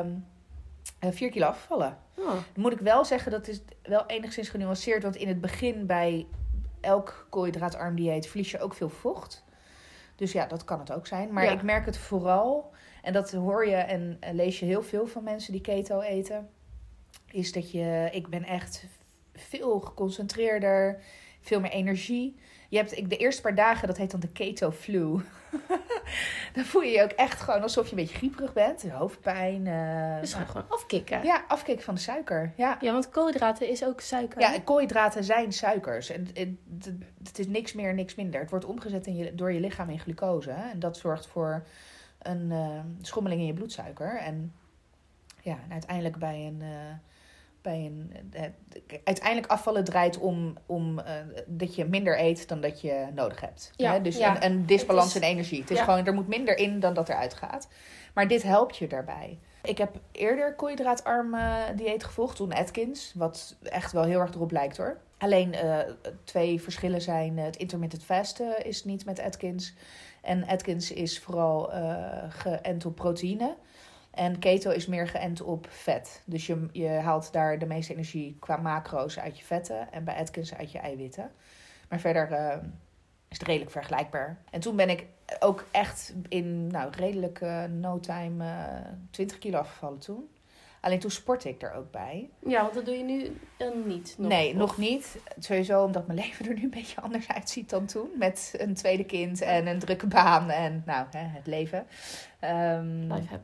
uh, vier kilo afgevallen. Oh. Dan moet ik wel zeggen, dat is wel enigszins genuanceerd. Want in het begin bij elk koolhydraatarm dieet verlies je ook veel vocht. Dus ja, dat kan het ook zijn. Maar ja. Ik merk het vooral, en dat hoor je en lees je heel veel van mensen die keto eten, is dat je, ik ben echt veel geconcentreerder, veel meer energie. Je hebt ik, de eerste paar dagen, dat heet dan de keto flu. Dan voel je je ook echt gewoon alsof je een beetje grieperig bent. Hoofdpijn. Uh, dus nou, gewoon afkicken. Ja, afkicken van de suiker. Ja, ja, want koolhydraten is ook suiker. Ja, koolhydraten zijn suikers. En het, het is niks meer, niks minder. Het wordt omgezet in je, door je lichaam in glucose. Hè? En dat zorgt voor een uh, schommeling in je bloedsuiker. En ja, en uiteindelijk bij een... Uh, Bij een, uh, uiteindelijk afvallen draait om, om uh, dat je minder eet dan dat je nodig hebt. Ja, hè? Dus ja. een, een disbalans is, in energie. Het is ja. gewoon, er moet minder in dan dat eruit gaat. Maar dit helpt je daarbij. Ik heb eerder koolhydraatarm uh, dieet gevolgd, toen Atkins. Wat echt wel heel erg erop lijkt hoor. Alleen uh, twee verschillen zijn, uh, het intermittent fasten is niet met Atkins. En Atkins is vooral uh, geënt op proteïne. En keto is meer geënt op vet. Dus je, je haalt daar de meeste energie qua macro's uit je vetten. En bij Atkins uit je eiwitten. Maar verder uh, is het redelijk vergelijkbaar. En toen ben ik ook echt in nou, redelijk uh, no time uh, twintig kilo afgevallen toen. Alleen toen sportte ik er ook bij. Ja, want dat doe je nu uh, niet. Nog, nee, of? nog niet. Sowieso omdat mijn leven er nu een beetje anders uitziet dan toen. Met een tweede kind en een drukke baan en nou, hè, het leven. Um, Life happened.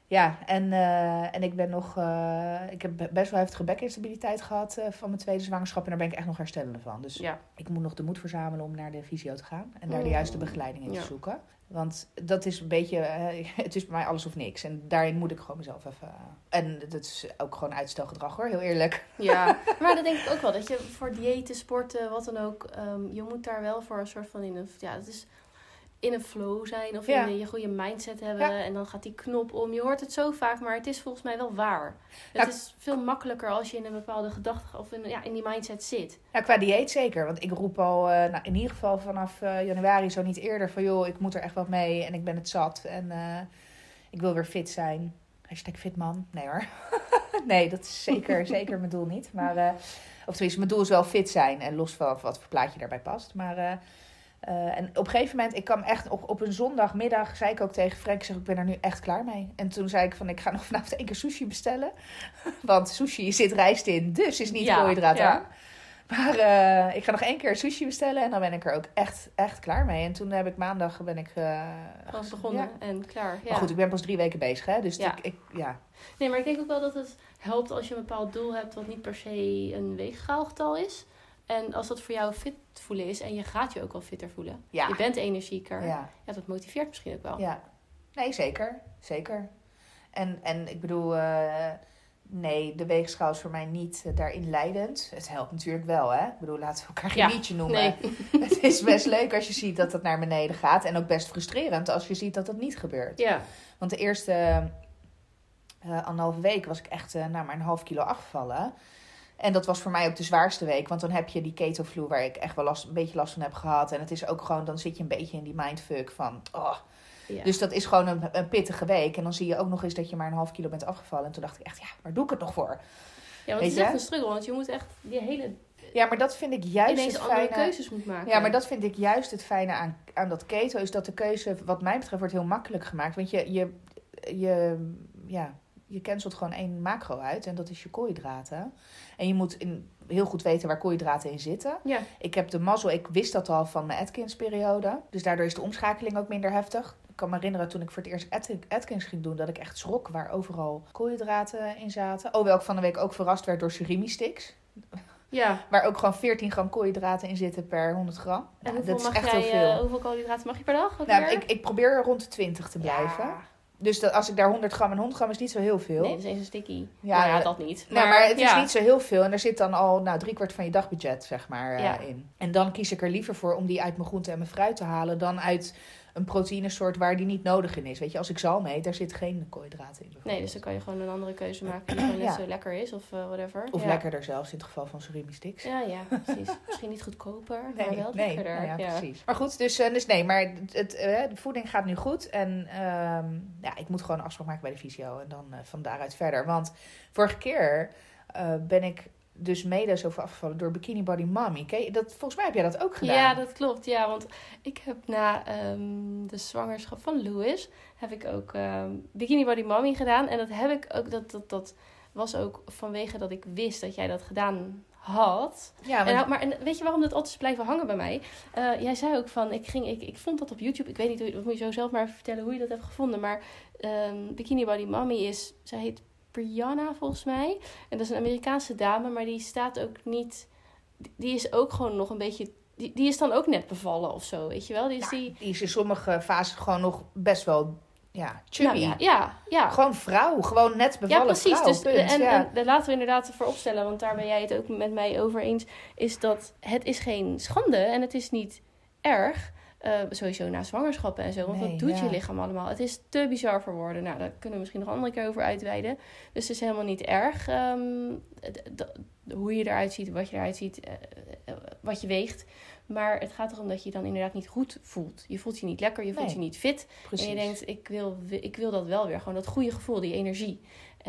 Ja, en, uh, en ik ben nog... Uh, ik heb best wel heftige bekinstabiliteit gehad uh, van mijn tweede zwangerschap. En daar ben ik echt nog herstellende van. Dus ja. ik moet nog de moed verzamelen om naar de fysio te gaan. En daar de juiste begeleiding in ja. te zoeken. Want dat is een beetje... Uh, het is bij mij alles of niks. En daarin moet ik gewoon mezelf even... Uh, en dat is ook gewoon uitstelgedrag hoor, heel eerlijk. Ja, maar dat denk ik ook wel. Dat je voor diëten, sporten, wat dan ook... Um, je moet daar wel voor een soort van... in een, ja, het is... in een flow zijn of ja. in je goede mindset hebben. Ja. En dan gaat die knop om. Je hoort het zo vaak, maar het is volgens mij wel waar. Het ja. is veel makkelijker als je in een bepaalde gedachte of in, ja, in die mindset zit. Ja, qua dieet zeker. Want ik roep al uh, nou, in ieder geval vanaf uh, januari, zo niet eerder, van joh, ik moet er echt wat mee en ik ben het zat. En uh, ik wil weer fit zijn. Hashtag fitman. Nee hoor. nee, dat is zeker, zeker mijn doel niet. Maar, uh, of tenminste, mijn doel is wel fit zijn. En los van wat voor plaatje daarbij past. Maar... Uh, Uh, en op een gegeven moment, ik kwam echt op, op een zondagmiddag, zei ik ook tegen Frank, ik zeg, ik ben er nu echt klaar mee. En toen zei ik van, ik ga nog vanavond één keer sushi bestellen. Want sushi zit rijst in, dus is niet ja, koolhydraat aan. Ja. Maar uh, ik ga nog één keer sushi bestellen en dan ben ik er ook echt, echt klaar mee. En toen heb ik maandag, ben ik... Uh, pas begonnen ja. en klaar. Ja. Maar goed, ik ben pas drie weken bezig, hè. Dus ja. Ik, ik, ja. Nee, maar ik denk ook wel dat het helpt als je een bepaald doel hebt wat niet per se een weegschaalgetal is. En als dat voor jou fit voelen is en je gaat je ook wel fitter voelen. Ja. Je bent energieker. Ja. ja, dat motiveert misschien ook wel. Ja, nee, zeker. Zeker. En, en ik bedoel, uh, nee, de weegschaal is voor mij niet uh, daarin leidend. Het helpt natuurlijk wel, hè. Ik bedoel, laten we elkaar geen liedje ja, noemen. Nee. Het is best leuk als je ziet dat het naar beneden gaat. En ook best frustrerend als je ziet dat dat niet gebeurt. Ja. Want de eerste uh, anderhalve week was ik echt uh, nou, maar een half kilo afgevallen. En dat was voor mij ook de zwaarste week. Want dan heb je die keto-flu waar ik echt wel last, een beetje last van heb gehad. En het is ook gewoon, dan zit je een beetje in die mindfuck van... Oh. Ja. Dus dat is gewoon een, een pittige week. En dan zie je ook nog eens dat je maar een half kilo bent afgevallen. En toen dacht ik echt, ja, waar doe ik het nog voor? Ja, want het is echt een struggle. Want je moet echt die hele... Ja, maar dat vind ik juist ineens het andere fijne... keuzes moet maken. Ja, maar dat vind ik juist het fijne aan, aan dat keto. Is dat de keuze, wat mij betreft, wordt heel makkelijk gemaakt. Want je... je, je ja... Je cancelt gewoon één macro uit en dat is je koolhydraten. En je moet in, heel goed weten waar koolhydraten in zitten. Ja. Ik heb de mazzel, ik wist dat al van mijn Atkins-periode. Dus daardoor is de omschakeling ook minder heftig. Ik kan me herinneren toen ik voor het eerst Atkins ging doen... dat ik echt schrok waar overal koolhydraten in zaten. Oh, wel ik van de week ook verrast werd door surimi-sticks. Ja. Waar ook gewoon veertien gram koolhydraten in zitten per honderd gram. En nou, hoeveel, dat is mag echt jij, heel veel. Uh, hoeveel koolhydraten mag je per dag? Nou, ik, ik probeer rond de twintig te blijven. Ja. Dus dat, als ik daar honderd gram en honderd gram is niet zo heel veel. Nee, dat is eens een sticky. Ja, nou ja, dat niet. Maar, nou, maar het ja. is niet zo heel veel. En er zit dan al nou, driekwart van je dagbudget, zeg maar, ja. uh, in. En dan kies ik er liever voor om die uit mijn groente en mijn fruit te halen... dan uit een proteïnesoort waar die niet nodig in is. Weet je, als ik zalm eet, daar zit geen koolhydraten in. Nee, dus dan kan je gewoon een andere keuze maken die gewoon net ja. zo lekker is of uh, whatever. Of ja. lekkerder zelfs, in het geval van surimi sticks. Ja, ja, precies. Misschien niet goedkoper, nee, maar wel nee, lekkerder. Nou ja, ja, precies. Maar goed, dus, dus nee, maar het, het, uh, de voeding gaat nu goed. En um, ja, ik moet gewoon een afspraak maken bij de fysio. En dan uh, van daaruit verder. Want vorige keer uh, ben ik... dus mede zoveel afgevallen door Bikini Body Mommy. Okay? Dat, volgens mij heb jij dat ook gedaan. Ja, dat klopt. Ja, want ik heb na um, de zwangerschap van Louis... heb ik ook um, Bikini Body Mommy gedaan. En dat heb ik ook... Dat, dat, dat was ook vanwege dat ik wist dat jij dat gedaan had. Ja, maar... En, maar en weet je waarom dat altijd is blijven hangen bij mij? Uh, jij zei ook van... Ik, ging, ik, ik vond dat op YouTube. Ik weet niet, hoe, dat moet je zo zelf maar even vertellen hoe je dat hebt gevonden. Maar um, Bikini Body Mommy is... Zij heet... Brianna volgens mij. En dat is een Amerikaanse dame, maar die staat ook niet... Die is ook gewoon nog een beetje... Die, die is dan ook net bevallen of zo, weet je wel? Die is, ja, die... die is in sommige fases gewoon nog best wel... Ja, chubby. Nou, ja, ja, ja. Gewoon vrouw. Gewoon net bevallen ja, precies. vrouw. Dus, punt, en, ja. en, en laten we inderdaad ervoor opstellen, want daar ben jij het ook met mij over eens, is dat het is geen schande en het is niet erg. Uh, sowieso na zwangerschappen en zo. Want nee, wat doet ja. je lichaam allemaal? Het is te bizar voor woorden. Nou, daar kunnen we misschien nog een andere keer over uitweiden. Dus het is helemaal niet erg. Um, d- d- hoe je eruit ziet, wat je eruit ziet, uh, uh, wat je weegt. Maar het gaat erom dat je je dan inderdaad niet goed voelt. Je voelt je niet lekker, je voelt nee, je niet fit. Precies. En je denkt, ik wil, ik wil dat wel weer. Gewoon dat goede gevoel, die energie.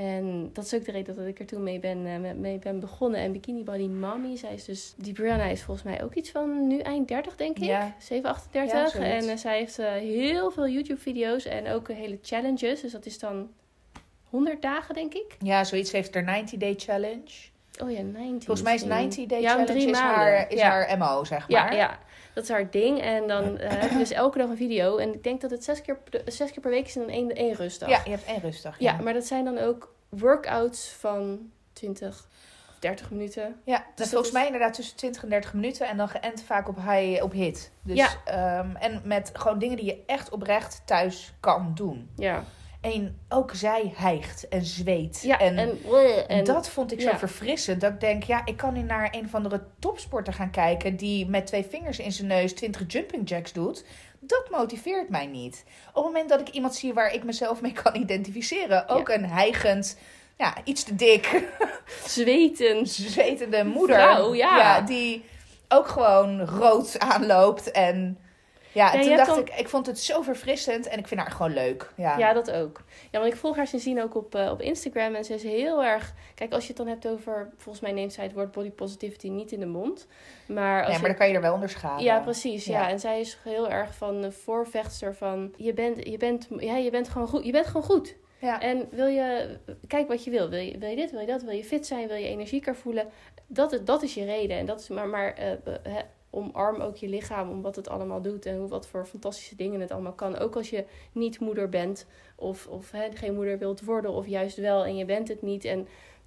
En dat is ook de reden dat ik er toen mee ben, uh, mee ben begonnen. En Bikini Body Mommy, zij is dus... Die Brianna is volgens mij ook iets van nu eind dertig, denk ik. Ja. zeven, achtendertig. Ja, en uh, zij heeft uh, heel veel YouTube-video's en ook uh, hele challenges. Dus dat is dan honderd dagen, denk ik. Ja, zoiets heeft er ninety day challenge. Oh ja, negentig. Volgens mij is negentig Day ja, Challenge drie is, maanden. haar, is ja. haar M O, zeg maar. Ja, ja, dat is haar ding. En dan uh, heb je dus elke dag een video. En ik denk dat het zes keer, zes keer per week is en dan één, één rustdag. Ja, je hebt één rustdag. Ja. ja, maar dat zijn dan ook workouts van twintig of dertig minuten. Ja, dus volgens is... mij inderdaad tussen twintig en dertig minuten. En dan geënt vaak op, high, op hit. Dus, ja. um, en met gewoon dingen die je echt oprecht thuis kan doen. Ja. En ook zij hijgt en zweet. Ja, en, en, en dat vond ik zo ja. verfrissend. Dat ik denk, ja, ik kan nu naar een of andere topsporter gaan kijken... die met twee vingers in zijn neus twintig jumping jacks doet. Dat motiveert mij niet. Op het moment dat ik iemand zie waar ik mezelf mee kan identificeren... ook ja. een hijgend, ja, iets te dik... Zweten. zwetende moeder. Vrouw, ja. ja. Die ook gewoon rood aanloopt en... Ja, en ja, toen dacht dan... ik, ik vond het zo verfrissend en ik vind haar gewoon leuk. Ja, ja dat ook. Ja, want ik volg haar sindsdien ook op, uh, op Instagram en ze is heel erg... Kijk, als je het dan hebt over... Volgens mij neemt zij het woord body positivity niet in de mond. Maar als nee, maar je... dan kan je er wel onder schade. Ja, precies. Ja. Ja. En zij is heel erg van de voorvechtster van... Je bent, je bent, ja, je bent gewoon goed. Je bent gewoon goed. Ja. En wil je... Kijk wat je wil. Wil je, wil je dit, wil je dat? Wil je fit zijn? Wil je energieker voelen? Dat, dat is je reden. En dat is maar... maar uh, uh, omarm ook je lichaam om wat het allemaal doet en wat voor fantastische dingen het allemaal kan. Ook als je niet moeder bent of, of hè, geen moeder wilt worden of juist wel en je bent het niet. En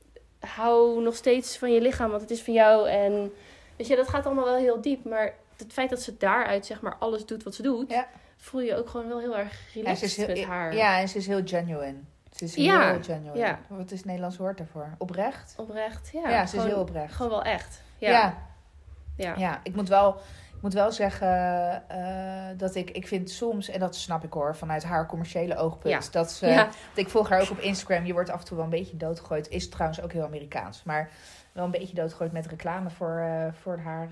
hou nog steeds van je lichaam, want het is van jou. En weet je, dat gaat allemaal wel heel diep. Maar het feit dat ze daaruit zeg maar alles doet wat ze doet, ja. voel je ook gewoon wel heel erg relaxed ja, heel, met haar. Ja, en ze is heel genuine. Ze is ja. heel genuine. Ja. Wat is het Nederlands woord daarvoor? Oprecht? Oprecht, ja. Ja, ze gewoon, is heel oprecht. Gewoon wel echt. Ja. ja. Ja. ja, ik moet wel, ik moet wel zeggen uh, dat ik, ik vind soms, en dat snap ik hoor, vanuit haar commerciële oogpunt, ja. dat ze, ja. dat ik volg haar ook op Instagram, je wordt af en toe wel een beetje doodgegooid, is trouwens ook heel Amerikaans, maar wel een beetje doodgegooid met reclame voor, uh, voor haar,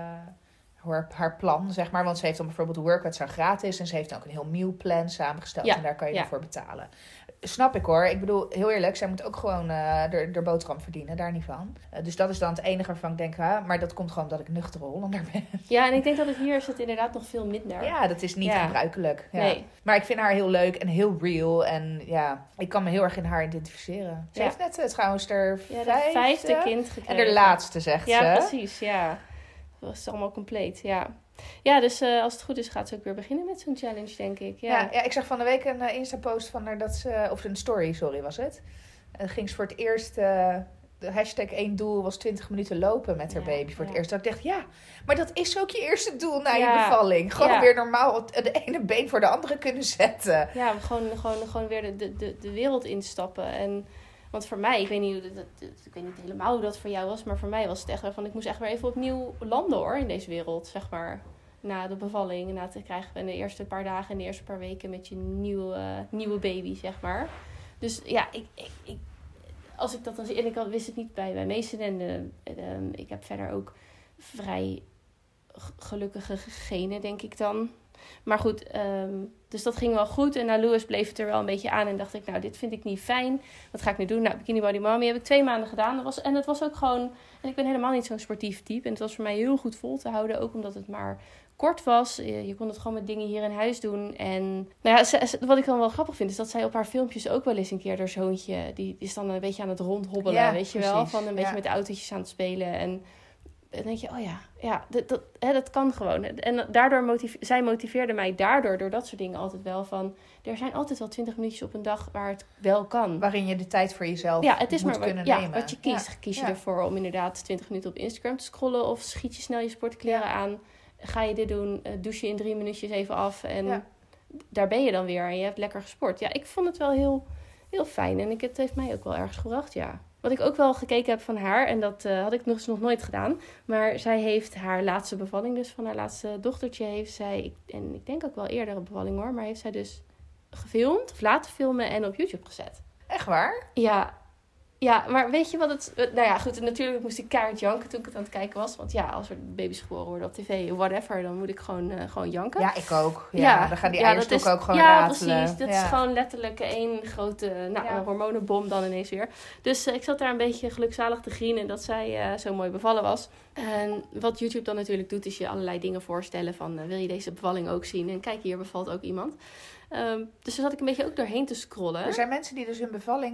uh, haar, haar plan, zeg maar, want ze heeft dan bijvoorbeeld de workouts zijn gratis en ze heeft ook een heel mealplan samengesteld ja. en daar kan je ja. voor betalen. Snap ik hoor. Ik bedoel, heel eerlijk, zij moet ook gewoon uh, de, de boterham verdienen, daar niet van. Uh, dus dat is dan het enige waarvan ik denk, ha, maar dat komt gewoon omdat ik nuchtere Hollander ben. Ja, en ik denk dat het hier is het inderdaad nog veel minder. Ja, dat is niet ja. gebruikelijk. Ja. Nee. Maar ik vind haar heel leuk en heel real. En ja, ik kan me heel erg in haar identificeren. Ze ja. heeft net uh, trouwens haar ja, vijfde, vijfde kind gekregen. En de laatste, zegt ja, ze. Ja, precies, ja. Dat was allemaal compleet, ja. Ja, dus uh, als het goed is gaat ze ook weer beginnen met zo'n challenge, denk ik. Ja, ja, ja ik zag van de week een uh, Insta-post van haar dat ze... Of een story, sorry, was het. En ging ze voor het eerst... Uh, de hashtag één doel was twintig minuten lopen met haar ja, baby voor ja. het eerst. Dat ik dacht, ja, maar dat is ook je eerste doel na ja. je bevalling. Gewoon ja. weer normaal de ene been voor de andere kunnen zetten. Ja, gewoon, gewoon, gewoon weer de, de, de wereld instappen. En... Want voor mij, ik weet, niet, dat, dat, ik weet niet helemaal hoe dat voor jou was, maar voor mij was het echt wel van, ik moest echt weer even opnieuw landen hoor, in deze wereld, zeg maar. Na de bevalling, na te krijgen in de eerste paar dagen en de eerste paar weken met je nieuwe, uh, nieuwe baby, zeg maar. Dus ja, ik, ik, ik, als ik dat dan zie, en ik had, wist het niet bij mijn meesten en uh, uh, ik heb verder ook vrij gelukkige genen, denk ik dan. Maar goed, um, dus dat ging wel goed. En na Louis bleef het er wel een beetje aan. En dacht ik, nou, dit vind ik niet fijn. Wat ga ik nu doen? Nou, Bikini Body Mommy heb ik twee maanden gedaan. Dat was, en het was ook gewoon... En ik ben helemaal niet zo'n sportief type. En het was voor mij heel goed vol te houden. Ook omdat het maar kort was. Je, je kon het gewoon met dingen hier in huis doen. En nou ja, ze, wat ik dan wel grappig vind... is dat zij op haar filmpjes ook wel eens een keer... haar zoontje, die is dan een beetje aan het rondhobbelen. Ja, weet je precies. wel? Van een beetje ja. met de autootjes aan het spelen. En... dan denk je, oh ja, ja dat, dat, hè, dat kan gewoon. En daardoor motive- zij motiveerde mij daardoor, door dat soort dingen altijd wel van... er zijn altijd wel twintig minuutjes op een dag waar het wel kan. Waarin je de tijd voor jezelf ja, het is moet maar kunnen wat, nemen. Ja, wat je kiest. Ja. Kies je ja. ervoor om inderdaad twintig minuten op Instagram te scrollen... of schiet je snel je sportkleren ja. aan, ga je dit doen, douche je in drie minuutjes even af... en ja. daar ben je dan weer en je hebt lekker gesport. Ja, ik vond het wel heel, heel fijn en ik, het heeft mij ook wel ergens gebracht, ja. Wat ik ook wel gekeken heb van haar, en dat uh, had ik nog, nog nooit gedaan. Maar zij heeft haar laatste bevalling, dus van haar laatste dochtertje, heeft zij, en ik denk ook wel eerder een bevalling hoor, maar heeft zij dus gefilmd of laten filmen en op YouTube gezet. Echt waar? Ja. Ja, maar weet je wat het... Nou ja, goed, natuurlijk moest ik keihard janken toen ik het aan het kijken was. Want ja, als er baby's geboren worden op tv, whatever, dan moet ik gewoon, uh, gewoon janken. Ja, ik ook. Ja, ja dan gaan die ja, eierstokken ook gewoon ja, ratelen. Ja, precies. Dat ja. is gewoon letterlijk één grote nou, ja. hormonenbom dan ineens weer. Dus uh, ik zat daar een beetje gelukzalig te grienen dat zij uh, zo mooi bevallen was. En wat YouTube dan natuurlijk doet, is je allerlei dingen voorstellen van... Uh, wil je deze bevalling ook zien? En kijk, hier bevalt ook iemand. Um, dus daar zat ik een beetje ook doorheen te scrollen. Er zijn mensen die dus hun bevalling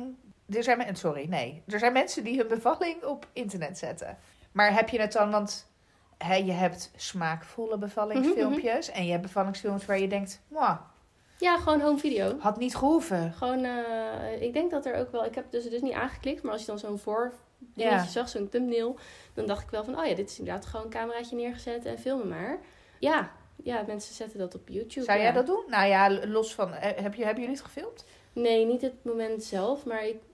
er zijn men- sorry, nee. Er zijn mensen die hun bevalling op internet zetten. Maar heb je het dan, want hè, je hebt smaakvolle bevallingsfilmpjes. Mm-hmm. En je hebt bevallingsfilmpjes waar je denkt, wow, ja, gewoon home video. Had niet gehoeven. Gewoon, uh, ik denk dat er ook wel, ik heb dus, dus niet aangeklikt, maar als je dan zo'n voor ja. zag, zo'n thumbnail, dan dacht ik wel van, oh ja, dit is inderdaad gewoon een cameraatje neergezet en filmen maar. Ja, ja, mensen zetten dat op YouTube. Zou ja. jij dat doen? Nou ja, los van, heb je, hebben jullie het gefilmd? Nee, niet het moment zelf, maar ik,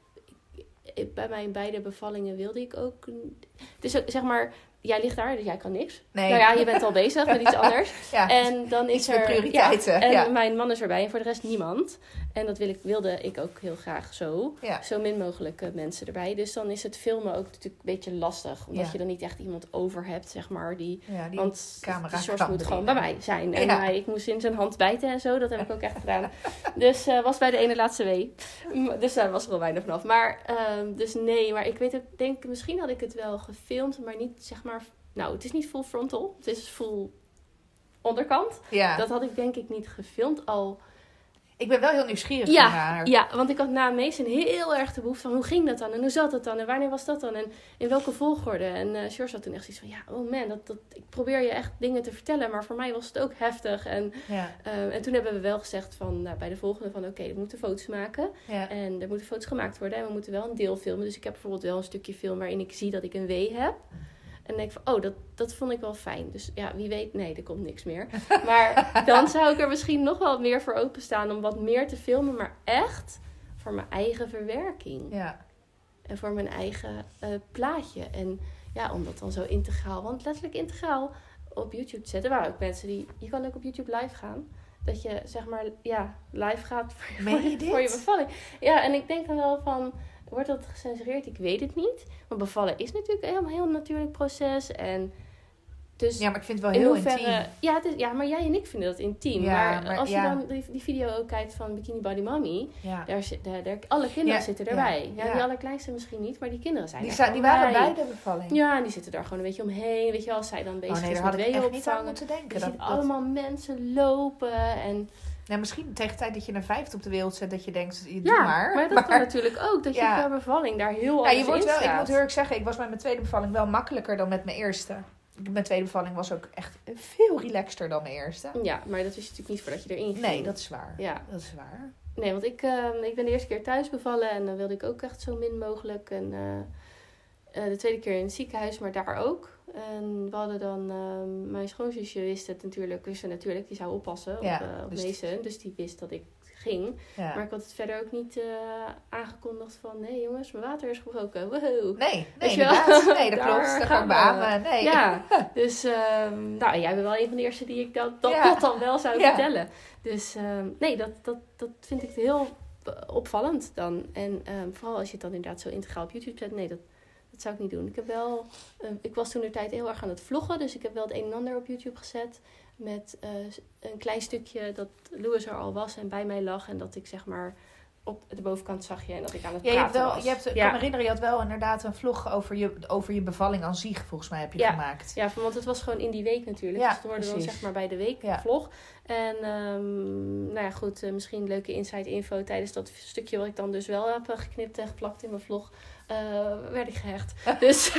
ik, bij mijn beide bevallingen wilde ik ook, het is ook, zeg maar, jij ligt daar, dus jij kan niks. Nee. Nou ja, je bent al bezig met iets anders. Ja, en dan is iets er met prioriteiten. Ja, en ja. mijn man is erbij en voor de rest niemand. En dat wil ik, wilde ik ook heel graag zo. Ja. Zo min mogelijk uh, mensen erbij. Dus dan is het filmen ook natuurlijk een beetje lastig. Omdat ja. je dan niet echt iemand over hebt, zeg maar. Die, ja, die want camera de source moet gewoon bij mij zijn. En ja. mij, ik moest in zijn hand bijten en zo. Dat heb ik ook echt gedaan. Dus uh, was bij de ene laatste wee. Dus daar was er wel weinig vanaf. Maar, uh, dus nee. Maar ik weet ook, denk, misschien had ik het wel gefilmd. Maar niet, zeg maar... Nou, het is niet full frontal. Het is full onderkant. Ja. Dat had ik denk ik niet gefilmd al. Ik ben wel heel nieuwsgierig ja, naar. Ja, want ik had na Mason heel erg de behoefte van hoe ging dat dan? En hoe zat dat dan? En wanneer was dat dan? En in welke volgorde? En uh, George had toen echt zoiets van, ja, oh man, dat, dat, ik probeer je echt dingen te vertellen. Maar voor mij was het ook heftig. En, ja. uh, en toen hebben we wel gezegd van, nou, bij de volgende van, oké, okay, we moeten foto's maken. Ja. En er moeten foto's gemaakt worden. En we moeten wel een deel filmen. Dus ik heb bijvoorbeeld wel een stukje film waarin ik zie dat ik een wee heb. En dan denk ik van, oh, dat, dat vond ik wel fijn. Dus ja, wie weet, nee, er komt niks meer. Maar dan zou ik er misschien nog wel meer voor openstaan om wat meer te filmen. Maar echt voor mijn eigen verwerking. Ja. En voor mijn eigen uh, plaatje. En ja, om dat dan zo integraal, want letterlijk integraal op YouTube te zetten. Er waren ook mensen die, je kan ook op YouTube live gaan. Dat je, zeg maar, ja, live gaat voor je, je, voor je bevalling. Ja, en ik denk dan wel van... Wordt dat gecensureerd? Ik weet het niet. Want bevallen is natuurlijk een heel, heel natuurlijk proces. En dus ja, maar ik vind het wel heel hoeverre, intiem. Ja, het is, ja, maar jij en ik vinden dat intiem. Ja, maar, maar als je ja. dan die, die video ook kijkt van Bikini Body Mommy. Ja. Daar, daar, daar, alle kinderen ja, zitten erbij. Ja, ja, ja. Die allerkleinste misschien niet. Maar die kinderen zijn die, er sta, die waren bij. bij de bevalling. Ja, en die zitten daar gewoon een beetje omheen. Weet je wel, als zij dan bezig oh, nee, is met weeën opvangen. Niet aan moeten denken. Je dat, ziet dat... allemaal mensen lopen en... Nou, misschien tegen de tijd dat je een vijfde op de wereld zet, dat je denkt, je ja, doe maar. maar dat maar, kan natuurlijk ook. Dat je ja. per bevalling daar heel anders ja, je wordt in wel, staat. Ik moet heel erg zeggen, ik was met mijn tweede bevalling wel makkelijker dan met mijn eerste. Mijn tweede bevalling was ook echt veel relaxter dan mijn eerste. Ja, maar dat is natuurlijk niet voordat je erin ging. Nee, dat is waar. Ja. Dat is waar. Nee, want ik, uh, ik ben de eerste keer thuis bevallen en dan wilde ik ook echt zo min mogelijk. En uh, uh, de tweede keer in het ziekenhuis, maar daar ook. En we hadden dan, uh, mijn schoonzusje wist het natuurlijk, wist het natuurlijk, die zou oppassen ja, op, uh, op dus Mason. Dus die wist dat ik ging. Ja. Maar ik had het verder ook niet uh, aangekondigd van, nee jongens, mijn water is gebroken. Wow. Nee, nee, inderdaad. Nee, dat daar klopt. Dat kan ik beamen. Nee. Ja, dus um, nou, jij bent wel een van de eerste die ik dat, dat, ja. dat dan wel zou ja. vertellen. Dus um, nee, dat, dat, dat vind ik heel opvallend dan. En um, vooral als je het dan inderdaad zo integraal op YouTube zet. Nee, dat, dat zou ik niet doen. Ik heb wel, uh, ik was toen de tijd heel erg aan het vloggen. Dus ik heb wel het een en ander op YouTube gezet. Met uh, een klein stukje dat Louis er al was en bij mij lag. En dat ik zeg maar op de bovenkant zag je en dat ik aan het ja, praten je hebt wel, was. Je hebt, ik ja. kan me herinneren, je had wel inderdaad een vlog over je, over je bevalling aan zich, volgens mij, heb je ja. gemaakt. Ja, want het was gewoon in die week natuurlijk. Ja, dus het hoorde precies. dan zeg maar bij de week ja. vlog. En um, nou ja, goed, uh, misschien leuke inside info. Tijdens dat stukje wat ik dan dus wel heb geknipt en geplakt in mijn vlog, uh, werd ik gehecht. Dus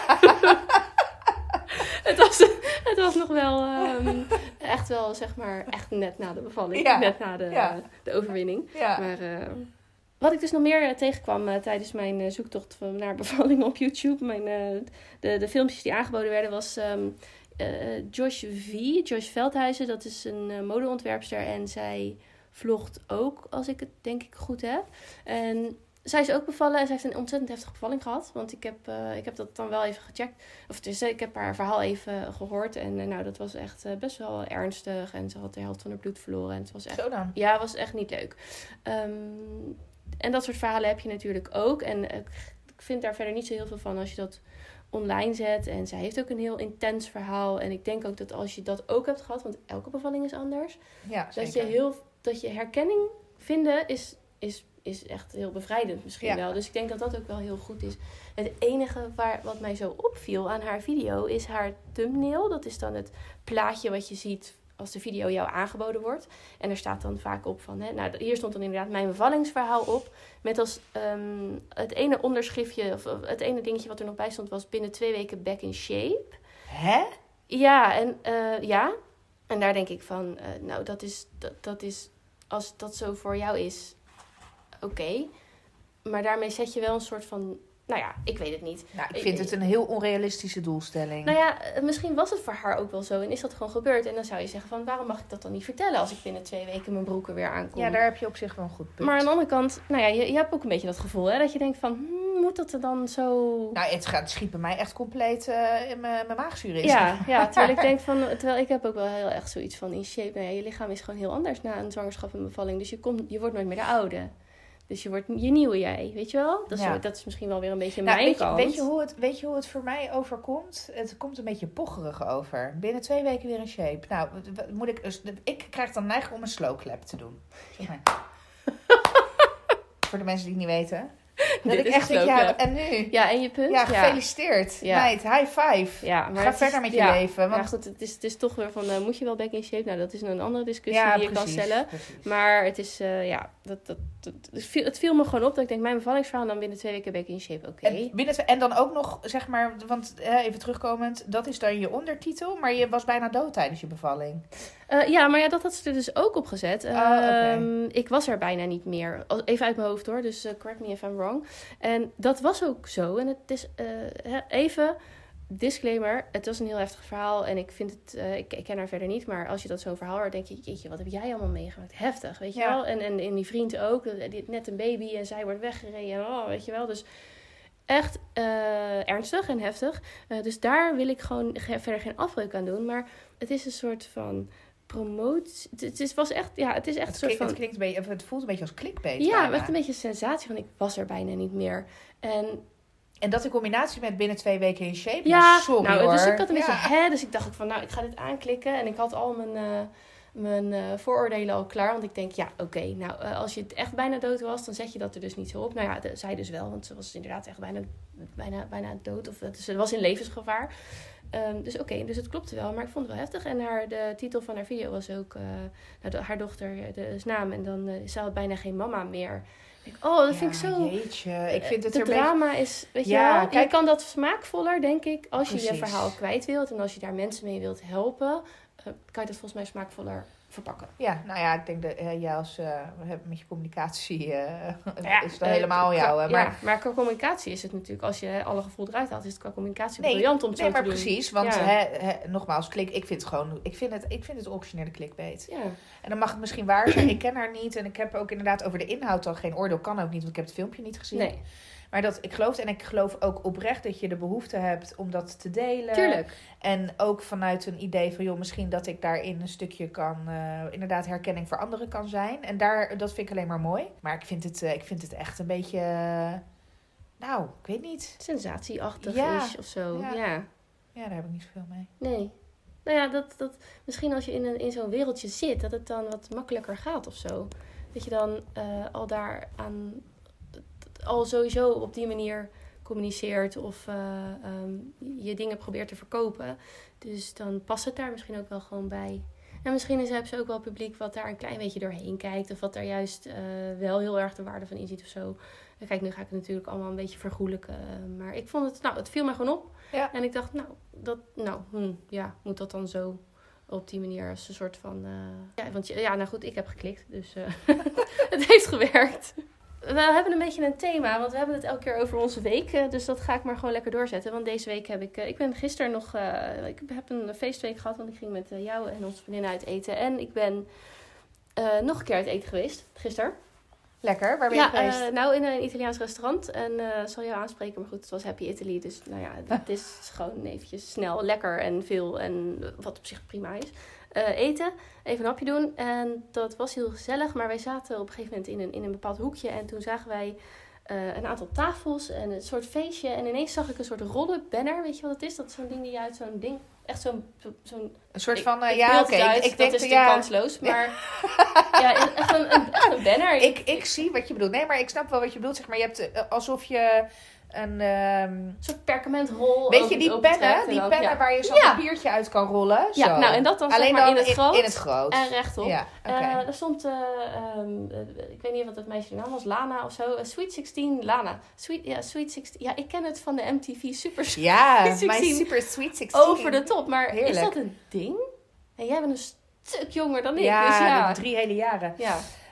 het, was, het was nog wel um, echt wel, zeg maar, echt net na de bevalling. Ja. Net na de, ja. uh, de overwinning. Ja. Maar uh, wat ik dus nog meer uh, tegenkwam uh, tijdens mijn uh, zoektocht van, naar bevallingen op YouTube. Mijn, uh, de, de filmpjes die aangeboden werden was um, uh, Josh V. Josh Veldhuizen. Dat is een uh, modeontwerpster. En zij vlogt ook, als ik het denk ik goed heb. En zij is ook bevallen en zij heeft een ontzettend heftige bevalling gehad. Want ik heb, uh, ik heb dat dan wel even gecheckt. Of dus, ik heb haar verhaal even gehoord. En uh, nou, dat was echt uh, best wel ernstig. En ze had de helft van haar bloed verloren. En het was echt, Zo dan? Ja, het was echt niet leuk. Um, en dat soort verhalen heb je natuurlijk ook. En uh, ik vind daar verder niet zo heel veel van als je dat online zet. En zij heeft ook een heel intens verhaal. En ik denk ook dat als je dat ook hebt gehad, want elke bevalling is anders. Ja, dat zeker. je heel, dat je herkenning vinden is, is, is echt heel bevrijdend misschien ja. wel. Dus ik denk dat dat ook wel heel goed is. Het enige waar, wat mij zo opviel aan haar video is haar thumbnail. Dat is dan het plaatje wat je ziet als de video jou aangeboden wordt. En er staat dan vaak op van... Hè, nou, hier stond dan inderdaad mijn bevallingsverhaal op. Met als um, het ene onderschriftje... of het ene dingetje wat er nog bij stond... was binnen twee weken back in shape. Hè? Ja, en uh, ja. En daar denk ik van... Uh, nou, dat is, dat, dat is... Als dat zo voor jou is... Oké. Okay. Maar daarmee zet je wel een soort van... Nou ja, ik weet het niet. Nou, ik vind het een heel onrealistische doelstelling. Nou ja, misschien was het voor haar ook wel zo. En is dat gewoon gebeurd. En dan zou je zeggen van... Waarom mag ik dat dan niet vertellen... als ik binnen twee weken mijn broeken weer aankom? Ja, daar heb je op zich wel een goed punt. Maar aan de andere kant... Nou ja, je, je hebt ook een beetje dat gevoel... Hè, dat je denkt van... Hmm, moet dat er dan zo... Nou, het gaat schiet bij mij echt compleet uh, in mijn maagzuur is. Ja, ja, terwijl ik denk van... Terwijl ik heb ook wel heel erg zoiets van... In shape, nou ja, je lichaam is gewoon heel anders... na een zwangerschap en bevalling. Dus je, komt, je wordt nooit meer de oude. Dus je wordt je nieuwe jij, weet je wel? Dat is, ja. dat is misschien wel weer een beetje nou, mijn weet je, kant. Weet je, hoe het, weet je hoe het voor mij overkomt? Het komt een beetje pocherig over. Binnen twee weken weer in shape. Nou, moet ik, dus, ik krijg dan neiging om een slow clap te doen. Zeg maar. Voor de mensen die het niet weten. Dat Dit ik is echt denk, ja, en nu? Ja, en je punt? Ja, gefeliciteerd. Ja. Meid, high five. Ja, maar Ga verder is, met je ja, leven. Want... Ja, goed, het is, het is toch weer van, uh, moet je wel back in shape? Nou, dat is een andere discussie ja, die je precies, kan stellen. Precies. Maar het is, uh, ja, dat, dat, dat, het, viel, het viel me gewoon op dat ik denk, mijn bevallingsverhaal dan binnen twee weken back in shape, oké. Okay. En, binnen, en dan ook nog, zeg maar, want uh, even terugkomend, dat is dan je ondertitel, maar je was bijna dood tijdens je bevalling. Uh, ja, maar ja, dat had ze er dus ook op gezet. Uh, oh, okay. um, ik was er bijna niet meer. Even uit mijn hoofd hoor, dus uh, correct me if I'm wrong. En dat was ook zo. En het is uh, even, disclaimer, het was een heel heftig verhaal. En ik vind het, uh, ik, ik ken haar verder niet. Maar als je dat zo'n verhaal hoort, denk je, jeetje, wat heb jij allemaal meegemaakt? Heftig, weet je ja. wel? En, en, en die vriend ook, die had net een baby en zij wordt weggereden. Oh, weet je wel, dus... Echt uh, ernstig en heftig. Uh, dus daar wil ik gewoon ge- verder geen afbreuk aan doen. Maar het is een soort van promotie. Het, het is, was echt, ja, het is echt het een soort klinkt, van... Het, klinkt een beetje, het voelt een beetje als clickbait. Ja, bijna. echt een beetje een sensatie van ik was er bijna niet meer. En, en dat in combinatie met binnen twee weken in shape? Ja, nou, sorry nou, hoor. Dus ik had een ja. beetje, hè, dus ik dacht ook van, nou, ik ga dit aanklikken. En ik had al mijn... Uh, mijn uh, vooroordelen al klaar. Want ik denk, ja, oké. Okay, nou, uh, als je het echt bijna dood was, dan zet je dat er dus niet zo op. Nou ja, de, zij dus wel. Want ze was inderdaad echt bijna, bijna, bijna dood. Of dus, ze was in levensgevaar. Um, dus oké, okay, dus het klopte wel. Maar ik vond het wel heftig. En haar, de titel van haar video was ook... Uh, nou, de, haar dochter, de, de naam. En dan uh, ze had bijna geen mama meer. Ik, oh, dat ja, vind ik zo... Jeetje. Ik vind het de er drama beetje... is... Weet ja, je wel? Kijk... Je kan dat smaakvoller, denk ik. Als Precies. je je verhaal kwijt wilt. En als je daar mensen mee wilt helpen. Uh, kan je dat volgens mij smaakvoller... verpakken. Ja, nou ja, ik denk dat uh, jij als uh, met je communicatie uh, ja, is dat uh, helemaal uh, jou. Maar... Ja, maar qua communicatie is het natuurlijk, als je alle gevoel eruit haalt, is het qua communicatie nee, briljant om het nee, zo te doen. Nee, maar precies, want ja. hè, hè, nogmaals, klik, ik vind het gewoon, ik vind het, ik vind het originele clickbait. Ja. En dan mag het misschien waar zijn, ik ken haar niet en ik heb ook inderdaad over de inhoud al geen oordeel, kan ook niet, want ik heb het filmpje niet gezien. Nee. Maar dat ik geloof, en ik geloof ook oprecht dat je de behoefte hebt om dat te delen. Tuurlijk. En ook vanuit een idee van, joh, misschien dat ik daarin een stukje kan, uh, inderdaad herkenning voor anderen kan zijn. En daar, dat vind ik alleen maar mooi. Maar ik vind het, uh, ik vind het echt een beetje, uh, nou, ik weet niet. Sensatieachtig ja. is of zo, ja. ja. Ja, daar heb ik niet zoveel mee. Nee. Nou ja, dat, dat, misschien als je in, een, in zo'n wereldje zit, dat het dan wat makkelijker gaat of zo. Dat je dan uh, al daar aan... al sowieso op die manier communiceert of uh, um, je dingen probeert te verkopen. Dus dan past het daar misschien ook wel gewoon bij. En misschien is, hebben ze ook wel publiek wat daar een klein beetje doorheen kijkt. Of wat daar juist uh, wel heel erg de waarde van inziet of zo. Kijk, nu ga ik het natuurlijk allemaal een beetje vergoelijken. Uh, maar ik vond het, nou, het viel me gewoon op. Ja. En ik dacht, nou, dat, nou, hm, ja, moet dat dan zo op die manier als een soort van... Uh, ja, want ja, nou goed, ik heb geklikt. Dus uh, het heeft gewerkt. We hebben een beetje een thema, want we hebben het elke keer over onze week. Dus dat ga ik maar gewoon lekker doorzetten. Want deze week heb ik... Ik ben gisteren nog... Uh, ik heb een feestweek gehad, want ik ging met jou en onze vriendinnen uit eten. En ik ben uh, nog een keer uit eten geweest, gisteren. Lekker, waar ben ja, je geweest? Uh, nou, in een Italiaans restaurant. En uh, zal jou aanspreken, maar goed, het was Happy Italy. Dus nou ja, het is gewoon eventjes snel, lekker en veel. En wat op zich prima is. Uh, eten, even een hapje doen. En dat was heel gezellig. Maar wij zaten op een gegeven moment in een, in een bepaald hoekje. En toen zagen wij uh, een aantal tafels en een soort feestje. En ineens zag ik een soort rollen banner. Weet je wat het is? Dat is zo'n ding die je uit zo'n ding... Echt zo'n... zo'n een soort van... Ik, uh, ja, oké. Okay. Ik, ik denk dat is ja. kansloos. Maar ja, echt een, een, echt een banner. Ik, ik zie wat je bedoelt. Nee, maar ik snap wel wat je bedoelt. Zeg maar, je hebt uh, alsof je... Een, um... een soort perkamentrol. Weet je, die pennen, die pennen ja. waar je zo'n ja. papiertje uit kan rollen? Zo. Ja, nou en dat dan alleen zeg maar dan in het groot. In, in het groot. En rechtop. Ja, okay. uh, er stond, uh, um, uh, ik weet niet wat het meisje naam was, Lana of zo. Uh, Sweet zestien, Lana. Sweet, ja, Sweet zestien. Ja, ik ken het van de M T V Super Ja, Sweet zestien. My Super Sweet zestien. Over de top, maar Heerlijk. Is dat een ding? En jij bent een stuk jonger dan ik. Ja, dus ja. drie hele jaren. Ja.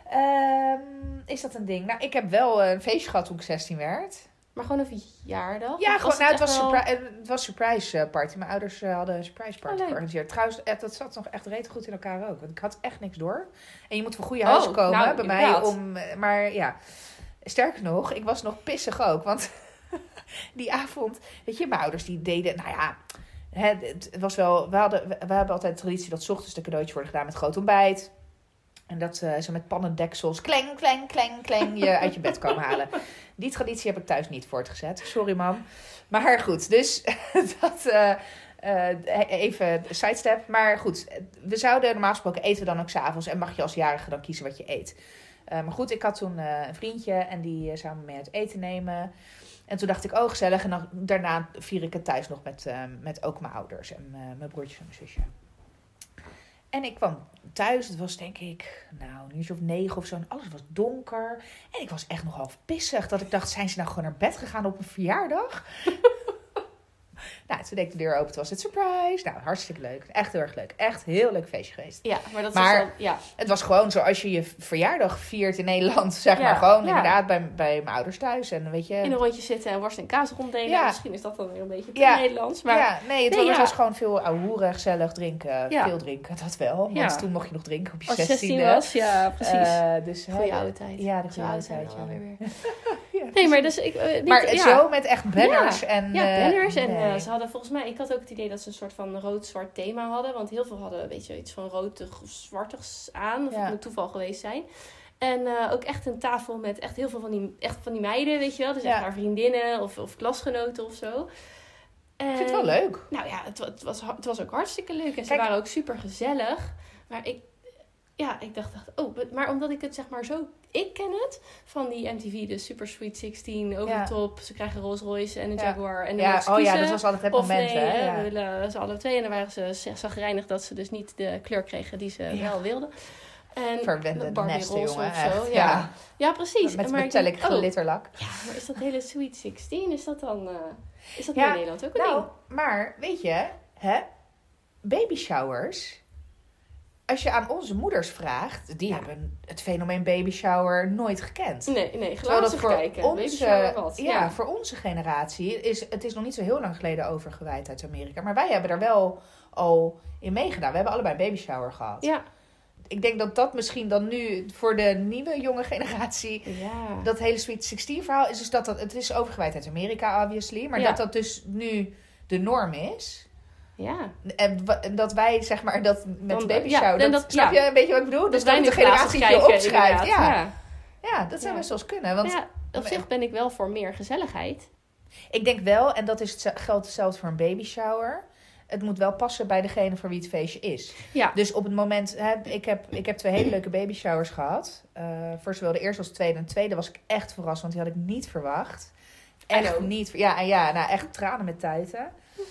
Um, is dat een ding? Nou, ik heb wel een feestje gehad toen ik zestien werd. Maar gewoon een verjaardag? Ja, gewoon, was nou, het, het, was wel... surpri- het was surprise party. Mijn ouders uh, hadden een surprise party oh, georganiseerd. Trouwens, dat zat nog echt rete goed in elkaar ook. Want ik had echt niks door. En je moet voor goede huis oh, komen nou, bij mij. Om, maar ja, sterker nog, ik was nog pissig ook. Want die avond, weet je, mijn ouders die deden, nou ja... Het was wel, we, hadden, we hebben altijd de traditie dat 's ochtends de cadeautjes worden gedaan met groot ontbijt. En dat uh, ze met pannendeksels kleng, kleng, kleng, kleng je uit je bed komen halen. Die traditie heb ik thuis niet voortgezet. Sorry, mam. Maar goed, dus dat uh, uh, even sidestep. Maar goed, we zouden normaal gesproken eten we dan ook 's avonds. En mag je als jarige dan kiezen wat je eet. Uh, maar goed, ik had toen uh, een vriendje en die uh, zou me mee uit eten nemen. En toen dacht ik, oh gezellig. En dan, daarna vier ik het thuis nog met, uh, met ook mijn ouders en uh, mijn broertjes en mijn zusje. En ik kwam thuis, het was denk ik, nou, een uurtje of negen of zo. En alles was donker. En ik was echt nog half pissig. Dat ik dacht, zijn ze nou gewoon naar bed gegaan op een verjaardag? Nou, toen deed ik de deur open, toen was het surprise. Nou, hartstikke leuk. Echt heel erg leuk. Echt heel leuk feestje geweest. Ja, maar dat maar was wel, ja. Het was gewoon zoals je je verjaardag viert in Nederland. Zeg ja, maar gewoon ja. inderdaad bij, bij mijn ouders thuis. En weet je... In een rondje zitten en worst en kaas ronddelen. Ja. Misschien is dat dan weer een beetje te ja. Nederlands. Maar... Ja, nee, het, nee, was, ja. was gewoon veel ouwehoeren, gezellig drinken. Ja. Veel drinken, dat wel. Want ja. toen mocht je nog drinken op je Als zestiende. zestien was, ja, precies. Uh, dus, goeie oude tijd. Ja, de goede oude tijd. Ja. Ja. Ja, nee, maar dus ik... Uh, niet, maar ja. zo met echt banners ja. en... Ja, banners. Uh, en nee. uh, ze hadden volgens mij... Ik had ook het idee dat ze een soort van rood-zwart thema hadden. Want heel veel hadden, weet je, iets van rotig of zwartigs aan. Of ja. het moet toeval geweest zijn. En uh, ook echt een tafel met echt heel veel van die, echt van die meiden, weet je wel. Dus echt ja. haar vriendinnen of, of klasgenoten of zo. En, ik vind het wel leuk. Nou ja, het, het, was, het was ook hartstikke leuk. En Kijk, ze waren ook super gezellig. Maar ik... Ja, ik dacht, dacht, oh, maar omdat ik het zeg maar zo... Ik ken het van die M T V, de Super Sweet zestien, over ja. de top. Ze krijgen Rolls Royce en een Jaguar. Ja. En ja, oh ja, dat was altijd het of moment, nee, hè? Ja. we willen ze alle twee. En dan waren ze zagrijnig dat ze dus niet de kleur kregen die ze ja. wel wilden. En verwende nesten, jongen. Of zo. Ja. Ja. ja, precies. Met maar metallic oh, glitterlak. Ja, maar is dat hele Sweet zestien, is dat dan... Uh, is dat ja, in Nederland ook een nou, ding? maar weet je, hè? Baby showers... Als je aan onze moeders vraagt, die ja. hebben het fenomeen baby shower nooit gekend. Nee, nee, glazen voor kijken. Onze, wat. Ja, ja, voor onze generatie is het is nog niet zo heel lang geleden overgewaaid uit Amerika. Maar wij hebben er wel al in meegedaan. We hebben allebei een baby shower gehad. Ja. Ik denk dat dat misschien dan nu voor de nieuwe jonge generatie... Ja. Dat hele Sweet zestien verhaal is dus dat, dat... Het is overgewaaid uit Amerika, obviously. Maar ja. dat dat dus nu de norm is... Ja. En dat wij, zeg maar, dat met Dan, baby ja, shower, dat, dat, snap ja. je een beetje wat ik bedoel? Dat dus wij dat de nu generatie die je opschrijft. Ja. Ja. ja, dat zou ja. best wel eens kunnen. Want ja, op zich ben ik wel voor meer gezelligheid. Ik denk wel, en dat is het, geldt hetzelfde voor een baby shower... Het moet wel passen bij degene voor wie het feestje is. Ja. Dus op het moment... Hè, ik, heb, ik heb twee hele leuke baby showers gehad. Uh, voor zowel de eerste als de tweede. En de tweede was ik echt verrast, want die had ik niet verwacht. Echt niet. Ja, ja, nou echt tranen met tuiten.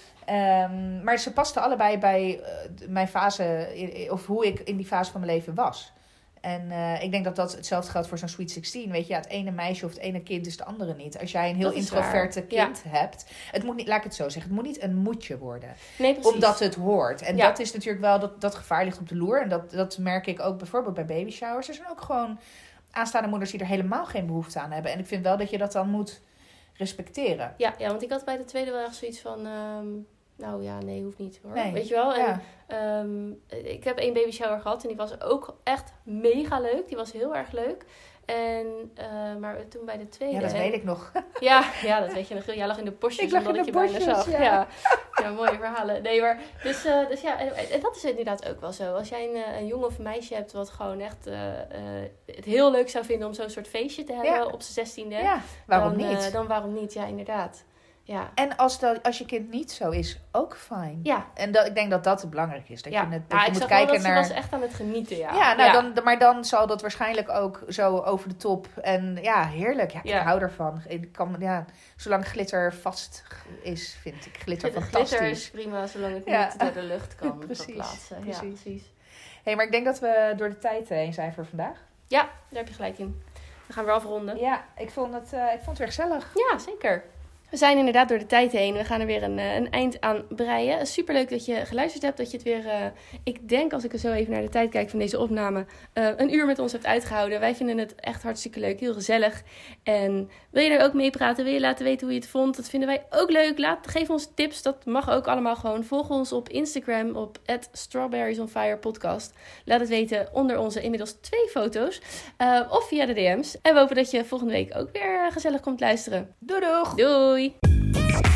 Um, maar ze pasten allebei bij uh, mijn fase, of hoe ik in die fase van mijn leven was. En uh, ik denk dat dat hetzelfde geldt voor zo'n Sweet zestien. Weet je, ja, het ene meisje of het ene kind is het andere niet. Als jij een heel introverte waar. kind ja. hebt. Het moet niet, laat ik het zo zeggen, het moet niet een moedje worden. Nee, precies. Omdat het hoort. En ja. dat is natuurlijk wel, dat, dat gevaar ligt op de loer. En dat, dat merk ik ook bijvoorbeeld bij baby showers. Er zijn ook gewoon aanstaande moeders die er helemaal geen behoefte aan hebben. En ik vind wel dat je dat dan moet respecteren. Ja, ja, want ik had bij de tweede wel echt zoiets van... Um... Nou ja, nee, hoeft niet hoor. Nee. Weet je wel? En, ja. um, ik heb één baby shower gehad en die was ook echt mega leuk. Die was heel erg leuk. En, uh, maar toen bij de tweede... Ja, dat en, weet ik nog. Ja, ja, dat weet je nog. Jij lag in de bosjes ik lag omdat in de ik je bosjes, bijna zag. Ja. Ja. ja, mooie verhalen. Nee, maar... Dus, uh, dus ja, en, en dat is inderdaad ook wel zo. Als jij een, een jongen of een meisje hebt wat gewoon echt uh, uh, het heel leuk zou vinden om zo'n soort feestje te hebben ja. op zijn zestiende. Ja, waarom dan, niet? Uh, dan waarom niet? Ja, inderdaad. Ja. En als, dat, als je kind niet zo is, ook fijn. Ja. En dat, ik denk dat dat het belangrijk is. Dat ja. je, het, dat nou, je ik moet zag kijken wel dat naar... ze was echt aan het genieten, ja. Ja, nou, ja. Dan, maar dan zal dat waarschijnlijk ook zo over de top. En ja, heerlijk. Ja, ik Ja. hou ervan. Ik kan, ja, zolang glitter vast is, vind ik glitter De fantastisch. glitter is prima, zolang het Ja. niet door de lucht kan. Precies, Dat plaatsen. precies. Ja, precies. Hey, maar ik denk dat we door de tijd heen zijn voor vandaag. Ja, daar heb je gelijk in. We gaan weer afronden. Ja, ik vond het, uh, ik vond het weer gezellig. Ja, zeker. We zijn inderdaad door de tijd heen. We gaan er weer een, een eind aan breien. Superleuk dat je geluisterd hebt. Dat je het weer, uh, ik denk als ik er zo even naar de tijd kijk van deze opname, uh, een uur met ons hebt uitgehouden. Wij vinden het echt hartstikke leuk. Heel gezellig. En wil je er ook mee praten? Wil je laten weten hoe je het vond? Dat vinden wij ook leuk. Laat, geef ons tips. Dat mag ook allemaal gewoon. Volg ons op Instagram op at strawberries on fire podcast. Laat het weten onder onze inmiddels twee foto's. Uh, of via de D M's. En we hopen dat je volgende week ook weer uh, gezellig komt luisteren. Doei doeg! Doei!